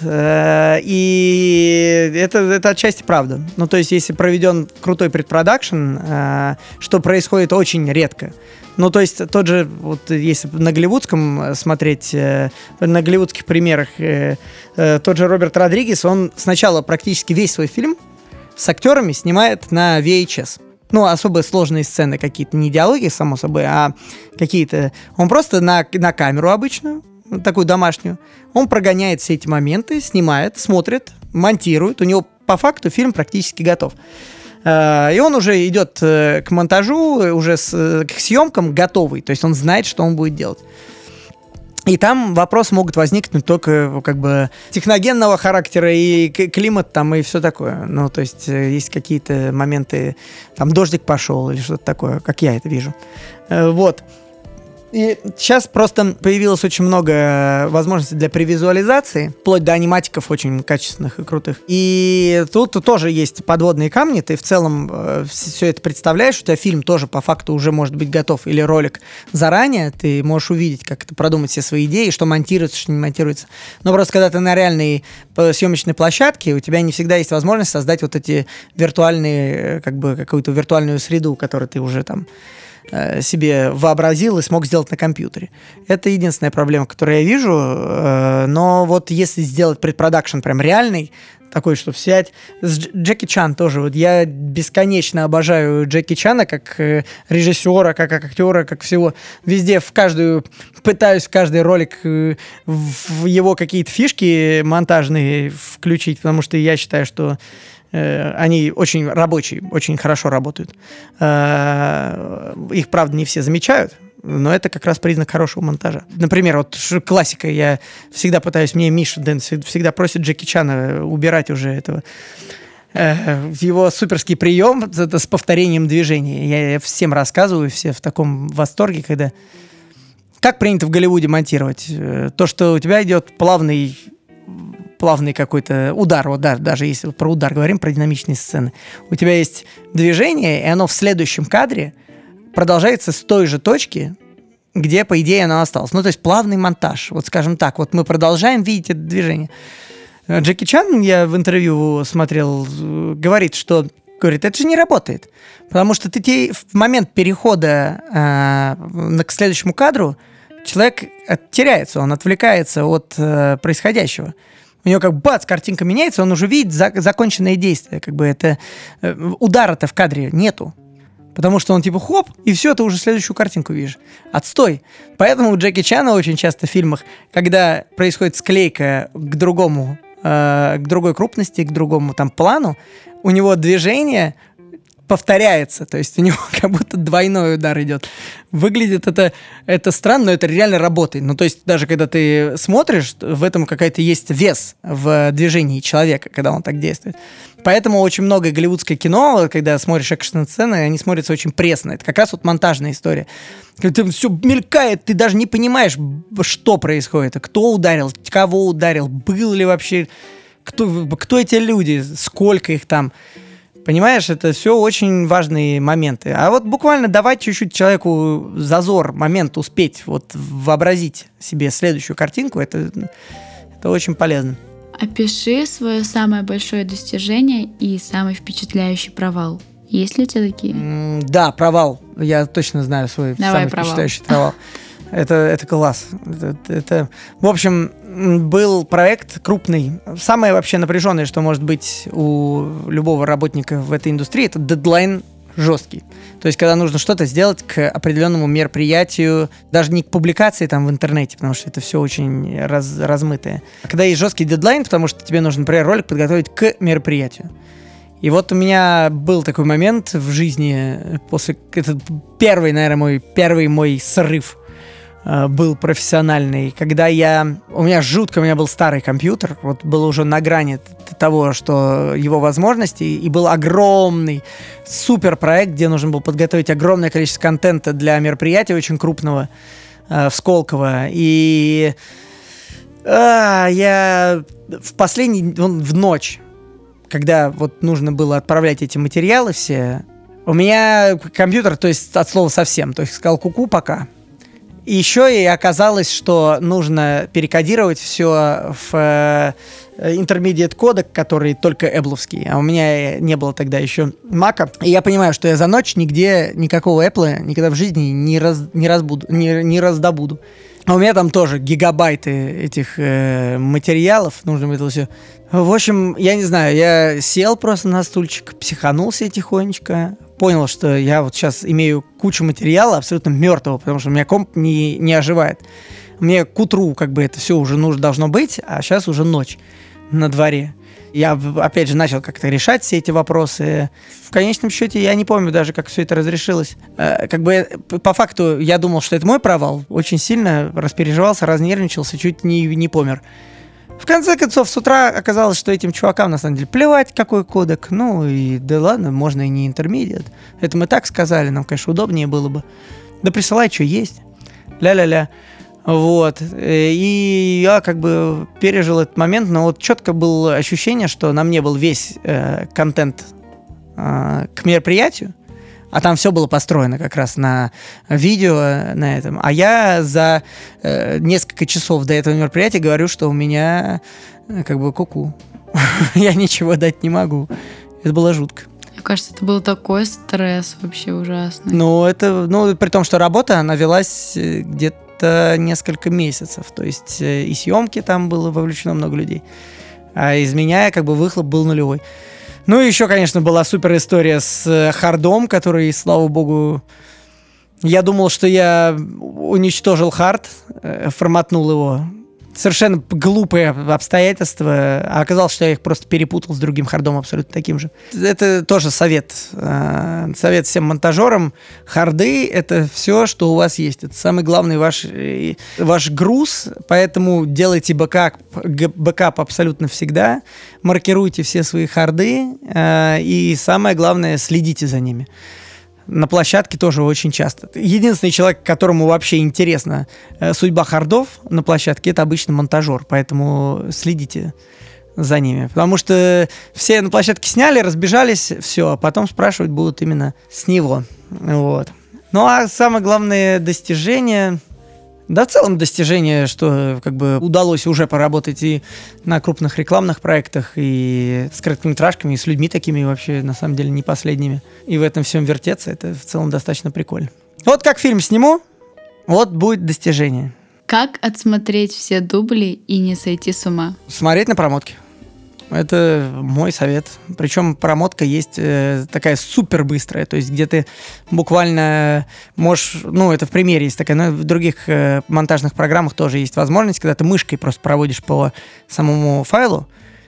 Speaker 2: И это, это отчасти правда. Ну, то есть, если проведен крутой предпродакшн, что происходит очень редко. Ну, то есть, тот же, вот если на голливудском смотреть, на голливудских примерах, тот же Роберт Родригес, он сначала практически весь свой фильм с актерами снимает на ви эйч эс. Ну, особо сложные сцены какие-то, не диалоги, само собой, а какие-то... Он просто на, на камеру обычную, такую домашнюю, он прогоняет все эти моменты, снимает, смотрит, монтирует. У него по факту фильм практически готов. И он уже идет к монтажу, уже с, к съемкам готовый. То есть он знает, что он будет делать. И там вопросы могут возникнуть только как бы техногенного характера и климат там и все такое. Ну, то есть есть какие-то моменты, там дождик пошел или что-то такое, как я это вижу. Вот. И сейчас просто появилось очень много возможностей для превизуализации, вплоть до аниматиков очень качественных и крутых. И тут тоже есть подводные камни, ты в целом э, все это представляешь, у тебя фильм тоже по факту уже может быть готов, или ролик заранее, ты можешь увидеть, как это продумать все свои идеи, что монтируется, что не монтируется. Но просто когда ты на реальной съемочной площадке, у тебя не всегда есть возможность создать вот эти виртуальные, как бы какую-то виртуальную среду, которую ты уже там себе вообразил и смог сделать на компьютере. Это единственная проблема, которую я вижу. Но вот если сделать предпродакшн прям реальный, такой, что взять... С Джеки Чан тоже. Вот я бесконечно обожаю Джеки Чана как режиссера, как актера, как всего. Везде, в каждую... Пытаюсь в каждый ролик в его какие-то фишки монтажные включить, потому что я считаю, что они очень рабочие, очень хорошо работают. Их, правда, не все замечают, но это как раз признак хорошего монтажа. Например, вот классика, я всегда пытаюсь, мне Миша Дэн всегда просит Джеки Чана убирать уже этого, его суперский прием это с повторением движения. Я всем рассказываю, все в таком восторге, когда... Как принято в Голливуде монтировать? То, что у тебя идет плавный плавный какой-то удар, вот да, даже если про удар говорим, про динамичные сцены. У тебя есть движение, и оно в следующем кадре продолжается с той же точки, где, по идее, оно осталось. Ну, то есть плавный монтаж. Вот скажем так, вот мы продолжаем видеть это движение. Джеки Чан, я в интервью смотрел, говорит, что говорит, это же не работает. Потому что ты те, в момент перехода э, к следующему кадру человек теряется, он отвлекается от э, происходящего. У него как бац, картинка меняется, он уже видит за- законченное действие. Как бы это э, удара-то в кадре нету. Потому что он типа хоп, и все, ты уже следующую картинку видишь. Отстой. Поэтому у Джеки Чана очень часто в фильмах, когда происходит склейка к другому э, к другой крупности, к другому там плану, у него движение повторяется, то есть у него как будто двойной удар идет. Выглядит это, это странно, но это реально работает. Ну, то есть даже когда ты смотришь, в этом какая-то есть вес в движении человека, когда он так действует. Поэтому очень много голливудское кино, когда смотришь экшн-сцены, они смотрятся очень пресно. Это как раз вот монтажная история. Когда все мелькает, ты даже не понимаешь, что происходит, кто ударил, кого ударил, был ли вообще, кто, кто эти люди, сколько их там. Понимаешь, это все очень важные моменты. А вот буквально давать чуть-чуть человеку зазор, момент успеть вот вообразить себе следующую картинку, это, это очень полезно.
Speaker 1: Опиши свое самое большое достижение и самый впечатляющий провал. Есть ли у тебя такие?
Speaker 2: М, да, провал. Я точно знаю свой
Speaker 1: Давай
Speaker 2: самый
Speaker 1: провал.
Speaker 2: впечатляющий провал. Это, это класс. Это, это... В общем, был проект крупный. Самое вообще напряженное, что может быть у любого работника в этой индустрии, это дедлайн жесткий. То есть, когда нужно что-то сделать к определенному мероприятию, даже не к публикации там в интернете, потому что это все очень раз, размытое. А когда есть жесткий дедлайн, потому что тебе нужно, например, ролик подготовить к мероприятию. И вот у меня был такой момент в жизни, после... Это первый, наверное, мой, первый мой срыв был профессиональный, когда я... У меня жутко, у меня был старый компьютер, вот был уже на грани того, что его возможностей, и был огромный супер проект, где нужно было подготовить огромное количество контента для мероприятия очень крупного э, в Сколково. И э, я в последний... В ночь, когда вот нужно было отправлять эти материалы все, у меня компьютер, то есть от слова совсем, то есть сказал ку-ку, пока. И еще и оказалось, что нужно перекодировать все в э, intermediate кодек, который только эбловский, а у меня не было тогда еще Мака. И я понимаю, что я за ночь нигде никакого Apple никогда в жизни не, раз, не, разбуду, не, не раздобуду. А у меня там тоже гигабайты этих э, материалов, нужно было все. В общем, я не знаю, я сел просто на стульчик, психанул себе тихонечко, понял, что я вот сейчас имею кучу материала абсолютно мертвого, потому что у меня комп не, не оживает. Мне к утру как бы это все уже нужно должно быть, а сейчас уже ночь на дворе. Я, опять же, начал как-то решать все эти вопросы. В конечном счете, я не помню даже, как все это разрешилось. Как бы, по факту, я думал, что это мой провал. Очень сильно распереживался, разнервничался, чуть не, не помер. В конце концов, с утра оказалось, что этим чувакам, на самом деле, плевать, какой кодек. Ну, и да ладно, можно и не интермедиат. Это мы так сказали, нам, конечно, удобнее было бы. Да присылай, что есть. Ля-ля-ля. Вот. И я как бы пережил этот момент, но вот четко было ощущение, что на мне был весь э, контент э, к мероприятию, а там все было построено как раз на видео на этом. А я за э, несколько часов до этого мероприятия говорю, что у меня э, как бы ку-ку. Я ничего дать не могу. Это было жутко.
Speaker 1: Мне кажется, это был такой стресс вообще ужасный.
Speaker 2: Ну, это, ну, при том, что работа, она велась где-то несколько месяцев. То есть и съемки там было вовлечено много людей. А из меня как бы выхлоп был нулевой. Ну и еще, конечно, была супер история с хардом, который, слава богу, я думал, что я уничтожил хард, форматнул его. Совершенно глупые обстоятельства. А оказалось, что я их просто перепутал с другим хардом, абсолютно таким же. Это тоже совет. Совет всем монтажерам. Харды — это все, что у вас есть. Это самый главный ваш, ваш груз. Поэтому делайте бэкап, бэкап абсолютно всегда. Маркируйте все свои харды. И самое главное, следите за ними. На площадке тоже очень часто. Единственный человек, которому вообще интересна э, судьба хардов на площадке, это обычно монтажер, поэтому следите за ними. Потому что все на площадке сняли, разбежались, все, а потом спрашивать будут именно с него. Вот. Ну а самое главное достижение... Да, в целом достижение, что как бы удалось уже поработать и на крупных рекламных проектах, и с короткометражками, и с людьми такими вообще, на самом деле, не последними. И в этом всем вертеться, это в целом достаточно прикольно. Вот как фильм сниму, вот будет достижение.
Speaker 1: Как отсмотреть все дубли и не сойти с ума?
Speaker 2: Смотреть на промотки. Это мой совет. Причем промотка есть э, такая супер быстрая, то есть где ты буквально можешь, ну это в примере есть такая, но в других э, монтажных программах тоже есть возможность, когда ты мышкой просто проводишь по самому файлу,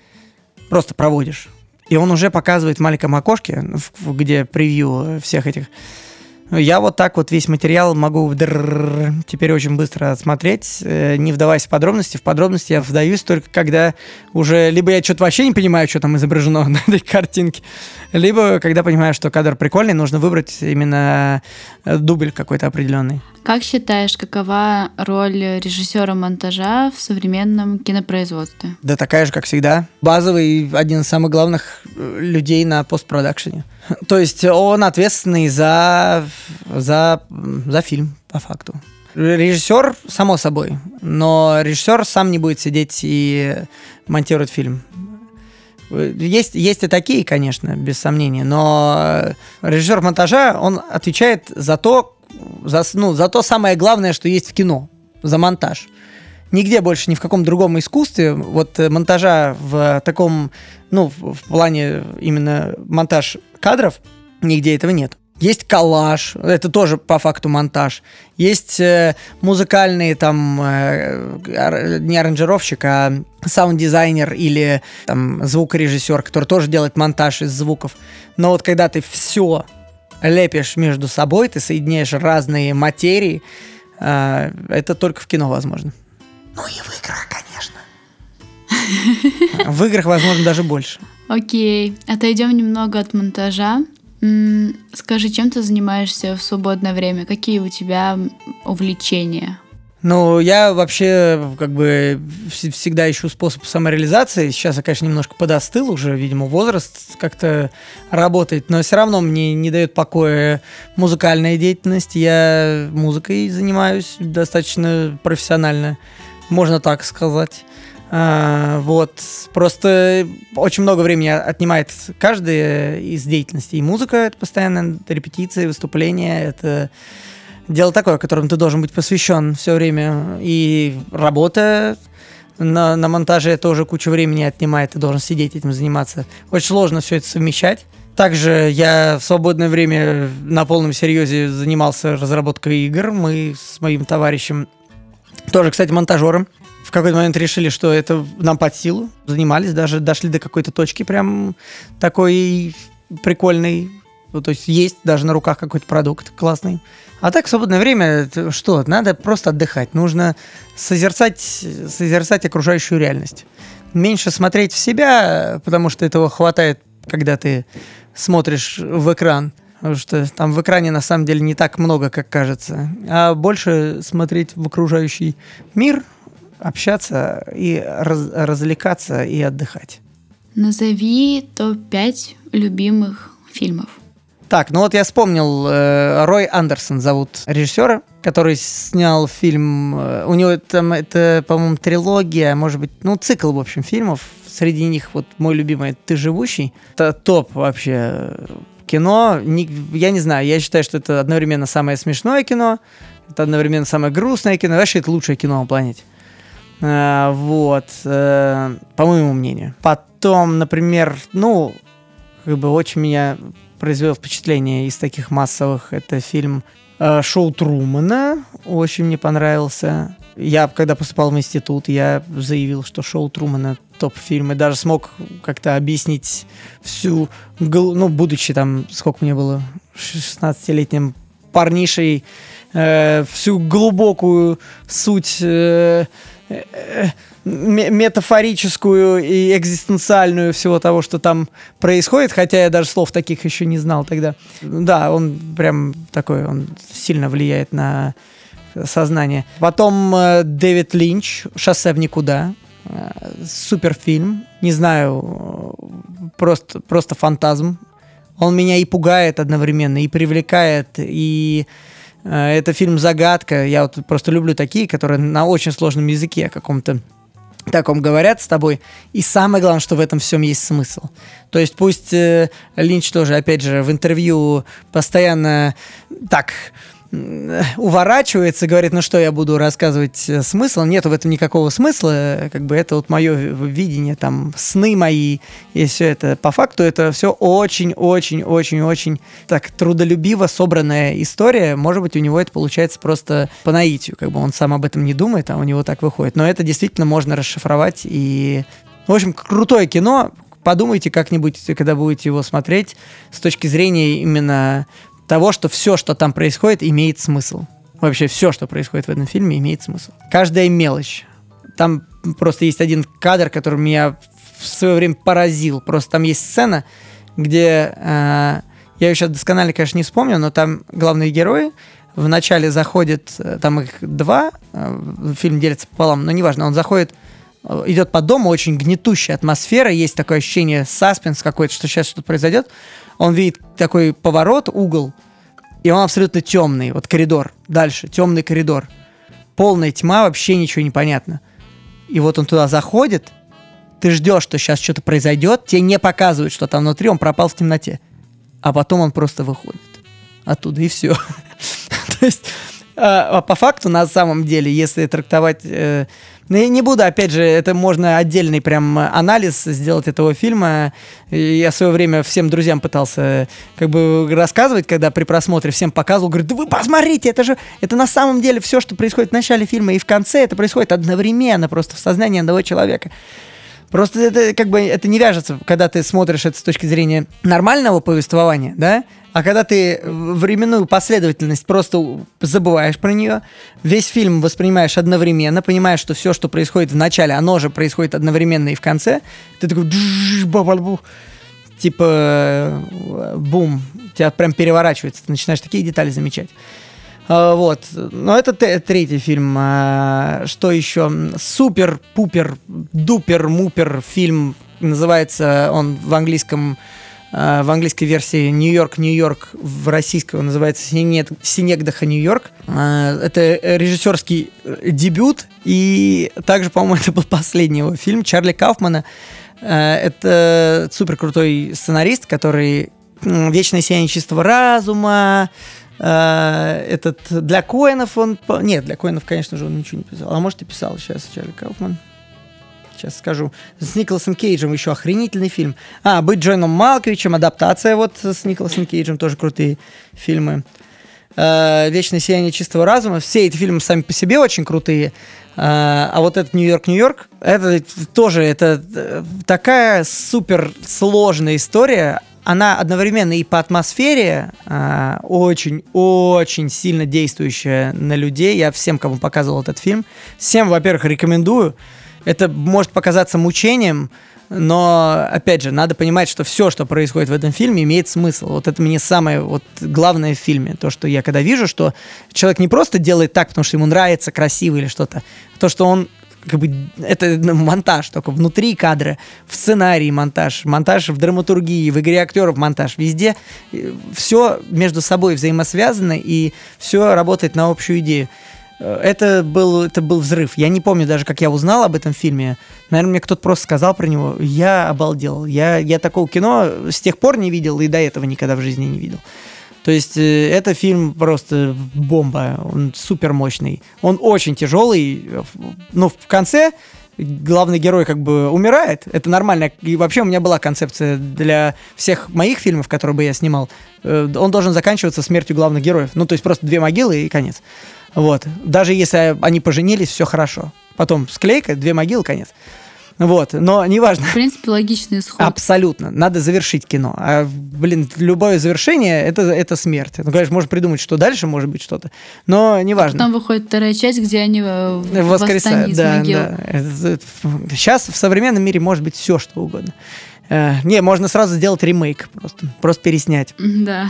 Speaker 2: просто проводишь. И он уже показывает в маленьком окошке, где превью всех этих. Я вот так вот весь материал могу теперь очень быстро отсмотреть, не вдаваясь в подробности. В подробности я вдаюсь только когда уже либо я что-то вообще не понимаю, что там изображено на этой картинке, либо когда понимаю, что кадр прикольный, нужно выбрать именно дубль какой-то определенный.
Speaker 1: Как считаешь, какова роль режиссера монтажа в современном кинопроизводстве?
Speaker 2: Да такая же, как всегда. Базовый, один из самых главных людей на постпродакшене. То есть он ответственный за, за, за фильм, по факту. Режиссер, само собой, но режиссер сам не будет сидеть и монтировать фильм. Есть, есть и такие, конечно, без сомнения, но режиссер монтажа, он отвечает за то, за, ну, за то самое главное, что есть в кино, за монтаж. Нигде больше, ни в каком другом искусстве вот монтажа в таком, ну, в, в плане именно монтаж кадров, нигде этого нет. Есть коллаж, это тоже по факту монтаж. Есть э, музыкальные там, э, не аранжировщик, а саунд-дизайнер или там звукорежиссер, который тоже делает монтаж из звуков. Но вот когда ты все лепишь между собой, ты соединяешь разные материи, э, это только в кино возможно. Ну и в играх, конечно. В играх, возможно, даже больше.
Speaker 1: Окей, отойдем немного от монтажа. М-м, скажи, чем ты занимаешься в свободное время? Какие у тебя увлечения?
Speaker 2: Ну, я вообще как бы всегда ищу способ самореализации. Сейчас я, конечно, немножко подостыл уже, видимо, возраст как-то работает, но все равно мне не дает покоя музыкальная деятельность. Я музыкой занимаюсь достаточно профессионально, можно так сказать. А, вот, просто очень много времени отнимает каждая из деятельностей. И музыка — это постоянно репетиции, выступления, это дело такое, которым ты должен быть посвящен все время. И работа на, на монтаже тоже кучу времени отнимает, ты должен сидеть этим заниматься. Очень сложно все это совмещать. Также я в свободное время на полном серьезе занимался разработкой игр. Мы с моим товарищем, тоже, кстати, монтажером, в какой-то момент решили, что это нам под силу. Занимались, даже дошли до какой-то точки прям такой прикольной. Ну, то есть есть даже на руках какой-то продукт классный. А так в свободное время что? Надо просто отдыхать. Нужно созерцать, созерцать окружающую реальность. Меньше смотреть в себя, потому что этого хватает, когда ты смотришь в экран. Потому что там в экране на самом деле не так много, как кажется. А больше смотреть в окружающий мир, общаться и раз, развлекаться и отдыхать.
Speaker 1: Назови топ пять любимых фильмов.
Speaker 2: Так, ну вот я вспомнил, э, Рой Андерсон зовут режиссера, который снял фильм, э, у него там это, по-моему, трилогия, может быть, ну цикл, в общем, фильмов. Среди них вот мой любимый «Ты живущий». Это топ вообще кино. Не, я не знаю, я считаю, что это одновременно самое смешное кино, это одновременно самое грустное кино, вообще это лучшее кино на планете. Э, вот, э, по моему мнению. Потом, например, ну, как бы очень меня произвел впечатление из таких массовых, это фильм э, «Шоу Трумана», очень мне понравился. Я, когда поступал в институт, я заявил, что «Шоу Трумана» топ-фильм, и даже смог как-то объяснить всю, ну, будучи там, сколько мне было, шестнадцатилетним парнишей, э, всю глубокую суть э, э, метафорическую и экзистенциальную всего того, что там происходит, хотя я даже слов таких еще не знал тогда. Да, он прям такой, он сильно влияет на сознание. Потом э, Дэвид Линч «Шоссе в никуда». Э, суперфильм. Не знаю, просто, просто фантазм. Он меня и пугает одновременно, и привлекает, и э, это фильм-загадка. Я вот просто люблю такие, которые на очень сложном языке каком-то таком говорят с тобой, и самое главное, что в этом всем есть смысл. То есть пусть э, Линч тоже, опять же, в интервью постоянно так уворачивается, говорит, ну что я буду рассказывать смысл, нету в этом никакого смысла, как бы это вот мое видение, там, сны мои, и все это, по факту это все очень-очень-очень-очень так трудолюбиво собранная история, может быть, у него это получается просто по наитию, как бы он сам об этом не думает, а у него так выходит, но это действительно можно расшифровать, и, в общем, крутое кино, подумайте как-нибудь, когда будете его смотреть, с точки зрения именно того, что все, что там происходит, имеет смысл. Вообще все, что происходит в этом фильме, имеет смысл. Каждая мелочь. Там просто есть один кадр, который меня в свое время поразил. Просто там есть сцена, где... Э, я ее сейчас досконально, конечно, не вспомню, но там главные герои вначале заходят... Там их два, э, фильм делится пополам, но неважно, он заходит... Идет по дому, очень гнетущая атмосфера, есть такое ощущение, саспенс какой-то, что сейчас что-то произойдет. Он видит такой поворот, угол, и он абсолютно темный, вот коридор, дальше, темный коридор. Полная тьма, вообще ничего не понятно. И вот он туда заходит, ты ждешь, что сейчас что-то произойдет, тебе не показывают, что там внутри, он пропал в темноте. А потом он просто выходит оттуда, и все. То есть, по факту, на самом деле, если трактовать... Но я не буду, опять же, это можно отдельный прям анализ сделать этого фильма. Я в свое время всем друзьям пытался как бы рассказывать, когда при просмотре всем показывал, говорю, да вы посмотрите, это же, это на самом деле все, что происходит в начале фильма и в конце, это происходит одновременно просто в сознании одного человека. Просто это как бы это не вяжется, когда ты смотришь это с точки зрения нормального повествования, да, а когда ты временную последовательность просто забываешь про нее, весь фильм воспринимаешь одновременно, понимаешь, что все, что происходит в начале, оно же происходит одновременно и в конце, ты такой типа бум, тебя прям переворачивается, ты начинаешь такие детали замечать. Вот, но это т- третий фильм. Что еще? Супер-пупер, дупер-мупер фильм. Называется он в английском, в английской версии Нью-Йорк, Нью-Йорк. В российской он называется Синегдаха, Нью-Йорк. Это режиссерский дебют. И также, по-моему, это был последний его фильм Чарли Кауфмана. Это супер крутой сценарист, который «Вечное сияние чистого разума», этот для Коэнов он... Нет, для Коэнов, конечно же, он ничего не писал. А может, и писал сейчас Чарли Кауфман. Сейчас скажу. С Николасом Кейджем еще охренительный фильм. А, «Быть Джоном Малковичем», адаптация вот с Николасом Кейджем, тоже крутые фильмы. «Вечное сияние чистого разума». Все эти фильмы сами по себе очень крутые. А вот этот «Нью-Йорк, Нью-Йорк», это тоже это такая супер сложная история. Она одновременно и по атмосфере э, очень-очень сильно действующая на людей. Я всем, кому показывал этот фильм, всем, во-первых, рекомендую. Это может показаться мучением, но, опять же, надо понимать, что все, что происходит в этом фильме, имеет смысл. Вот это мне самое вот, главное в фильме. То, что я когда вижу, что человек не просто делает так, потому что ему нравится, красиво или что-то, а то, что он как бы это монтаж только внутри кадра, в сценарии монтаж, монтаж в драматургии, в игре актеров монтаж, везде все между собой взаимосвязано и все работает на общую идею. Это был, это был взрыв. Я не помню даже, как я узнал об этом фильме. Наверное, мне кто-то просто сказал про него. Я обалдел. Я, я такого кино с тех пор не видел и до этого никогда в жизни не видел. То есть э, это фильм просто бомба, он супер мощный. Он очень тяжелый, но в конце главный герой как бы умирает. Это нормально. И вообще у меня была концепция для всех моих фильмов, которые бы я снимал. Э, он должен заканчиваться смертью главных героев. Ну, то есть просто две могилы и конец. Вот. Даже если они поженились, все хорошо. Потом склейка, две могилы, конец. Вот, но неважно.
Speaker 1: В принципе, логичный исход.
Speaker 2: Абсолютно. Надо завершить кино. А, блин, любое завершение это, — это смерть. Ну, конечно, можно придумать, что дальше может быть что-то, но неважно.
Speaker 1: Потом выходит вторая часть, где они восстание из
Speaker 2: да,
Speaker 1: могил.
Speaker 2: Да. Сейчас в современном мире может быть все, что угодно. Не, можно сразу сделать ремейк просто. Просто переснять.
Speaker 1: Да.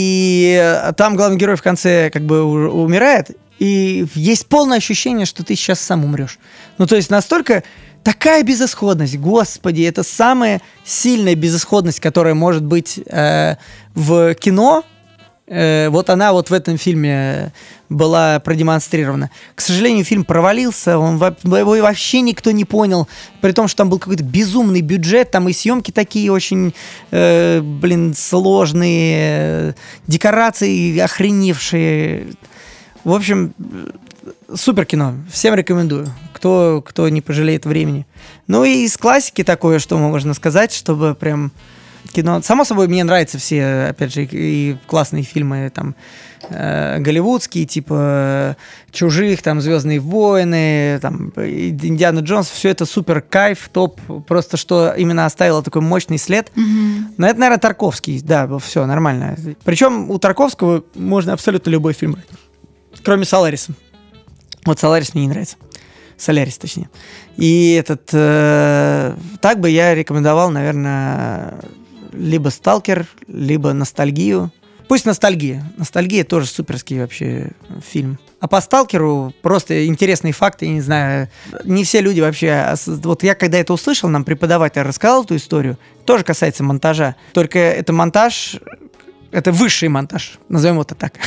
Speaker 2: И там главный герой в конце как бы умирает, и есть полное ощущение, что ты сейчас сам умрешь. Ну, то есть настолько... Такая безысходность, господи, это самая сильная безысходность, которая может быть э, в кино. Э, вот она вот в этом фильме была продемонстрирована. К сожалению, фильм провалился, он, его вообще никто не понял, при том, что там был какой-то безумный бюджет, там и съемки такие очень, э, блин, сложные, декорации охреневшие. В общем... Супер кино, всем рекомендую, кто, кто не пожалеет времени. Ну и из классики такое, что можно сказать, чтобы прям кино. Само собой, мне нравятся все, опять же, и классные фильмы, там, э, голливудские, типа «Чужих», там, «Звездные войны», там, «Индиана Джонс». Все это супер кайф, топ. Просто что именно оставило такой мощный след.
Speaker 1: Mm-hmm.
Speaker 2: Но это, наверное, Тарковский. Да, все, нормально. Причем у Тарковского можно абсолютно любой фильм брать. Кроме «Солариса». Вот «Соларис» мне не нравится. «Солярис», точнее. И этот... Э, так бы я рекомендовал, наверное, либо «Сталкер», либо «Ностальгию». Пусть «Ностальгия». «Ностальгия» тоже суперский вообще фильм. А по «Сталкеру» просто интересные факты, я не знаю, не все люди вообще... Вот я когда это услышал, нам преподаватель рассказал эту историю, тоже касается монтажа. Только это монтаж... Это высший монтаж, назовем это так.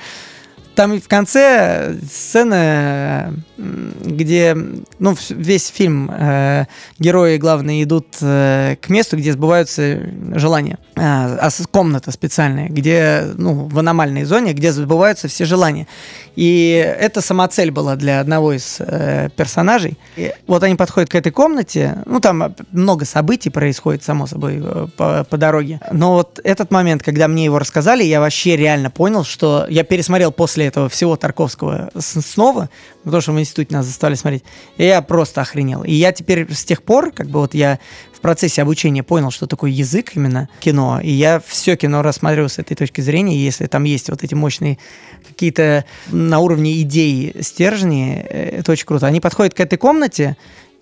Speaker 2: Там в конце сцена, где, ну, весь фильм э, герои главные идут э, к месту, где сбываются желания. А, а комната специальная, где, ну, в аномальной зоне, где сбываются все желания. И это самоцель была для одного из э, персонажей. И вот они подходят к этой комнате, ну, там много событий происходит, само собой, по, по дороге. Но вот этот момент, когда мне его рассказали, я вообще реально понял, что я пересмотрел после этого всего Тарковского снова, потому что в институте нас заставили смотреть, и я просто охренел. И я теперь с тех пор, как бы вот я в процессе обучения понял, что такое язык именно кино, и я все кино рассматриваю с этой точки зрения, и если там есть вот эти мощные какие-то на уровне идей стержни, это очень круто. Они подходят к этой комнате,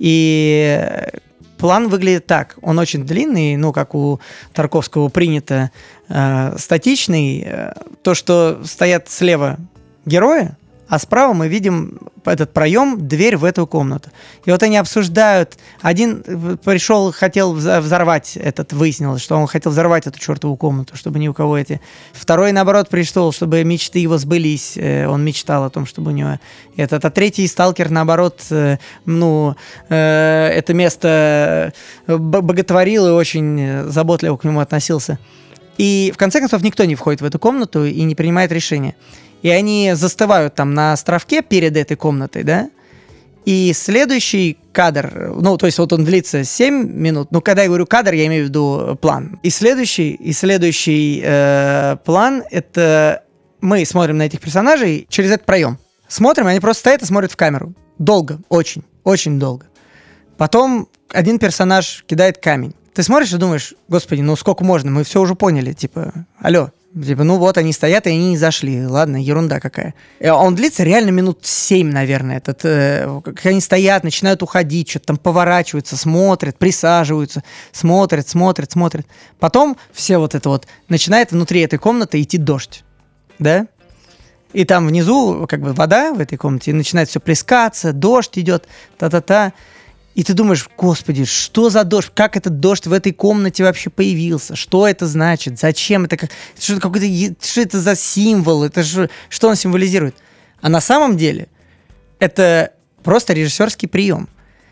Speaker 2: и план выглядит так. Он очень длинный, ну, как у Тарковского принято, э, статичный. Э, то, что стоят слева герои, а справа мы видим этот проем, дверь в эту комнату. И вот они обсуждают. Один пришел, хотел взорвать этот, выяснилось, что он хотел взорвать эту чертову комнату, чтобы ни у кого эти... Второй, наоборот, пришел, чтобы мечты его сбылись. Он мечтал о том, чтобы у него этот. А третий сталкер, наоборот, ну, это место боготворил и очень заботливо к нему относился. И в конце концов никто не входит в эту комнату и не принимает решения. И они застывают там на островке перед этой комнатой, да? И следующий кадр, ну, то есть вот он длится семь минут, но когда я говорю кадр, я имею в виду план. И следующий, и следующий э, план, это мы смотрим на этих персонажей через этот проем. Смотрим, они просто стоят и смотрят в камеру. Долго, очень, очень долго. Потом один персонаж кидает камень. Ты смотришь и думаешь, господи, ну сколько можно, мы все уже поняли, типа, алло. Типа, ну вот, они стоят, и они не зашли. Ладно, ерунда какая. Он длится реально минут семь, наверное. Этот, э, как они стоят, начинают уходить, что-то там поворачиваются, смотрят, присаживаются, смотрят, смотрят, смотрят. Потом все вот это вот начинает внутри этой комнаты идти дождь. Да? И там внизу как бы вода в этой комнате, и начинает все плескаться, дождь идет, та-та-та. И ты думаешь, господи, что за дождь? Как этот дождь в этой комнате вообще появился? Что это значит? Зачем это? Как... Что, какой-то... что это за символ? Это же... Что он символизирует? А на самом деле это просто режиссерский прием.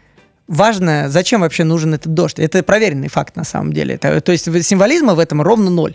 Speaker 2: Важно, зачем вообще нужен этот дождь. Это проверенный факт на самом деле. Это... То есть символизма в этом ровно ноль.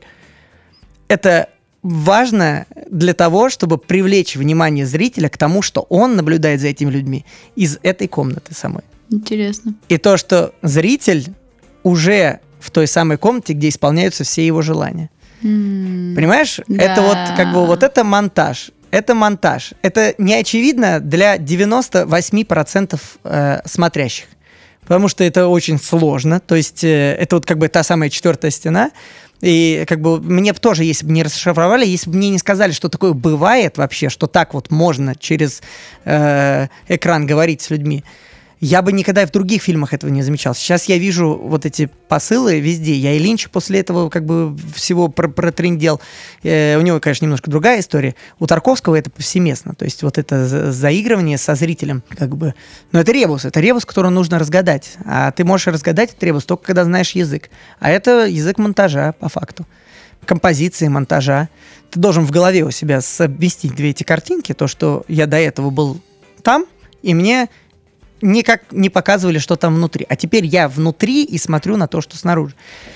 Speaker 2: Это важно для того, чтобы привлечь внимание зрителя к тому, что он наблюдает за этими людьми из этой комнаты самой.
Speaker 1: Интересно.
Speaker 2: И то, что зритель уже в той самой комнате, где исполняются все его желания. Mm, Понимаешь? Да. Это вот как бы вот это монтаж. Это монтаж. Это не очевидно для девяносто восемь процентов э, смотрящих. Потому что это очень сложно. То есть э, это вот как бы та самая четвертая стена. И как бы мне бы тоже, если бы не расшифровали, если бы мне не сказали, что такое бывает вообще, что так вот можно через э, экран говорить с людьми, я бы никогда и в других фильмах этого не замечал. Сейчас я вижу вот эти посылы везде. Я и Линча после этого как бы всего протрындел. Э, у него, конечно, немножко другая история. У Тарковского это повсеместно. То есть вот это заигрывание со зрителем как бы... Но это ребус. Это ребус, который нужно разгадать. А ты можешь разгадать этот ребус только когда знаешь язык. А это язык монтажа, по факту. Композиции, монтажа. Ты должен в голове у себя совместить две эти картинки. То, что я до этого был там, и мне... никак не показывали, что там внутри. А теперь я внутри и смотрю на то, что снаружи.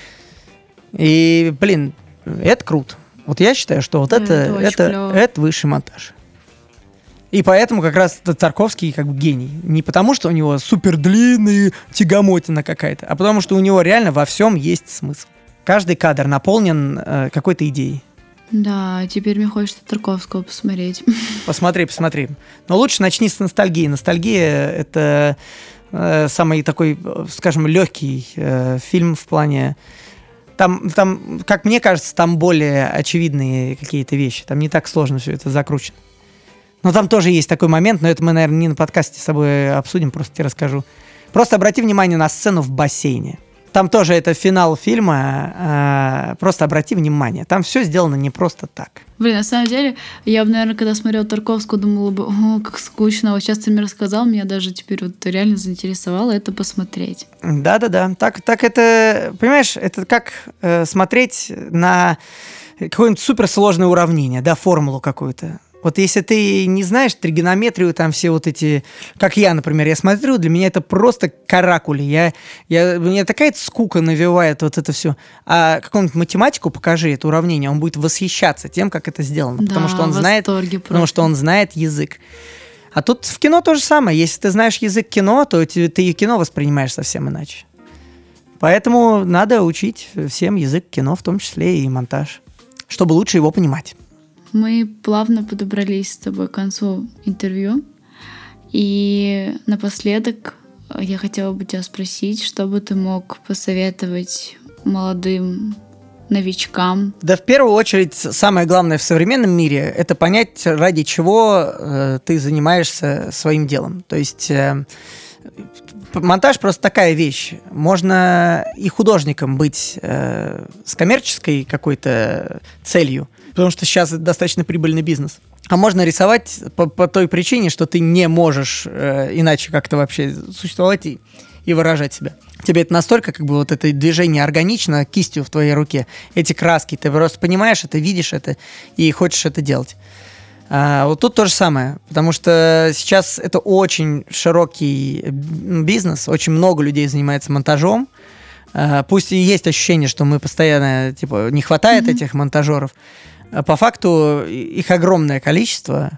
Speaker 2: И, блин, это круто. Вот я считаю, что вот это, это, это, это высший монтаж. И поэтому как раз Тарковский как бы гений. Не потому, что у него супер длинный тягомотина какая-то, а потому, что у него реально во всем есть смысл. Каждый кадр наполнен э, какой-то идеей.
Speaker 1: Да, теперь мне хочется Тарковского посмотреть.
Speaker 2: Посмотри, посмотри. Но лучше начни с ностальгии. Ностальгия — это э, самый такой, скажем, легкий э, фильм в плане... Там, там, как мне кажется, там более очевидные какие-то вещи. Там не так сложно все это закручено. Но там тоже есть такой момент, но это мы, наверное, не на подкасте с собой обсудим, просто тебе расскажу. Просто обрати внимание на сцену в бассейне. Там тоже это финал фильма, а, просто обрати внимание. Там все сделано не просто так.
Speaker 1: Блин, на самом деле, я бы, наверное, когда смотрела Тарковского, думала бы, о, как скучно. Вот сейчас ты мне рассказал, меня даже теперь вот реально заинтересовало это посмотреть.
Speaker 2: Да-да-да. Так, так это, понимаешь, это как э, смотреть на какое-нибудь суперсложное уравнение, да, формулу какую-то. Вот если ты не знаешь тригонометрию, там все вот эти... Как я, например, я смотрю, для меня это просто каракули. Я, я, мне такая скука навевает вот это все. А какому-нибудь математику покажи это уравнение, он будет восхищаться тем, как это сделано. Да, потому что он знает, потому что он знает язык. А тут в кино то же самое. Если ты знаешь язык кино, то ты, ты и кино воспринимаешь совсем иначе. Поэтому надо учить всем язык кино, в том числе и монтаж, чтобы лучше его понимать.
Speaker 1: Мы плавно подобрались с тобой к концу интервью. И напоследок я хотела бы тебя спросить, что бы ты мог посоветовать молодым новичкам?
Speaker 2: Да, в первую очередь, самое главное в современном мире – это понять, ради чего э, ты занимаешься своим делом. То есть э, монтаж просто такая вещь. Можно и художником быть э, с коммерческой какой-то целью, потому что сейчас это достаточно прибыльный бизнес. А можно рисовать по, по той причине, что ты не можешь э, иначе как-то вообще существовать и, и выражать себя. Тебе это настолько, как бы, вот это движение органично кистью в твоей руке. Эти краски, ты просто понимаешь это, видишь это и хочешь это делать. А вот тут то же самое, потому что сейчас это очень широкий бизнес, очень много людей занимается монтажом. А, пусть и есть ощущение, что мы постоянно, типа, не хватает mm-hmm. этих монтажеров. По факту их огромное количество,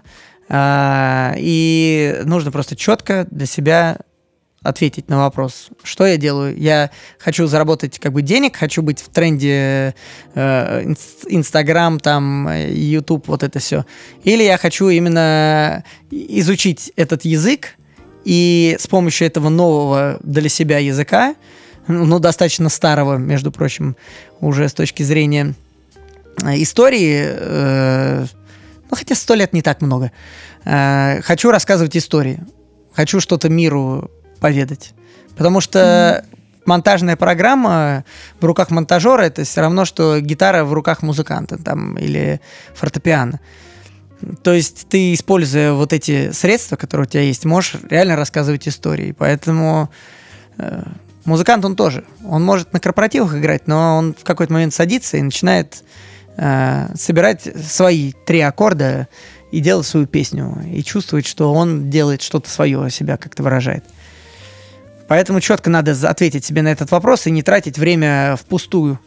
Speaker 2: и нужно просто четко для себя ответить на вопрос, что я делаю. Я хочу заработать как бы денег, хочу быть в тренде Инстаграм, там, Ютуб, вот это все. Или я хочу именно изучить этот язык и с помощью этого нового для себя языка, ну, достаточно старого, между прочим, уже с точки зрения истории, э, ну, хотя сто лет не так много. Э, хочу рассказывать истории. Хочу что-то миру поведать. Потому что mm-hmm. монтажная программа в руках монтажера — это все равно, что гитара в руках музыканта там, или фортепиано. То есть ты, используя вот эти средства, которые у тебя есть, можешь реально рассказывать истории. Поэтому э, музыкант, он тоже. Он может на корпоративах играть, но он в какой-то момент садится и начинает собирать свои три аккорда и делать свою песню, и чувствовать, что он делает что-то свое, себя как-то выражает. Поэтому четко надо ответить себе на этот вопрос и не тратить время впустую.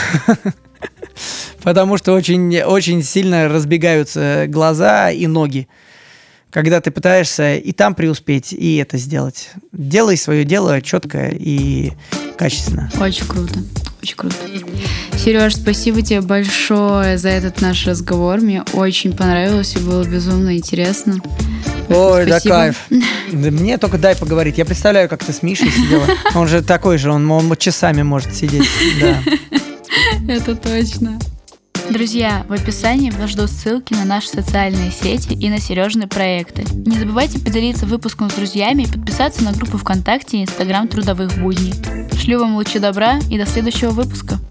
Speaker 2: Потому что очень, очень сильно разбегаются глаза и ноги, когда ты пытаешься и там преуспеть, и это сделать. Делай свое дело четко и качественно.
Speaker 1: Очень круто. Очень круто. Сереж, спасибо тебе большое за этот наш разговор. Мне очень понравилось и было безумно интересно.
Speaker 2: Ой, спасибо. Да кайф. Да мне только дай поговорить. Я представляю, как ты с Мишей сидела. Он же такой же, он, он часами может сидеть. Да.
Speaker 1: Это точно. Друзья, в описании вас ждут ссылки на наши социальные сети и на Сережины проекты. Не забывайте поделиться выпуском с друзьями и подписаться на группу ВКонтакте и Инстаграм Трудовых будней. Шлю вам лучи добра и до следующего выпуска.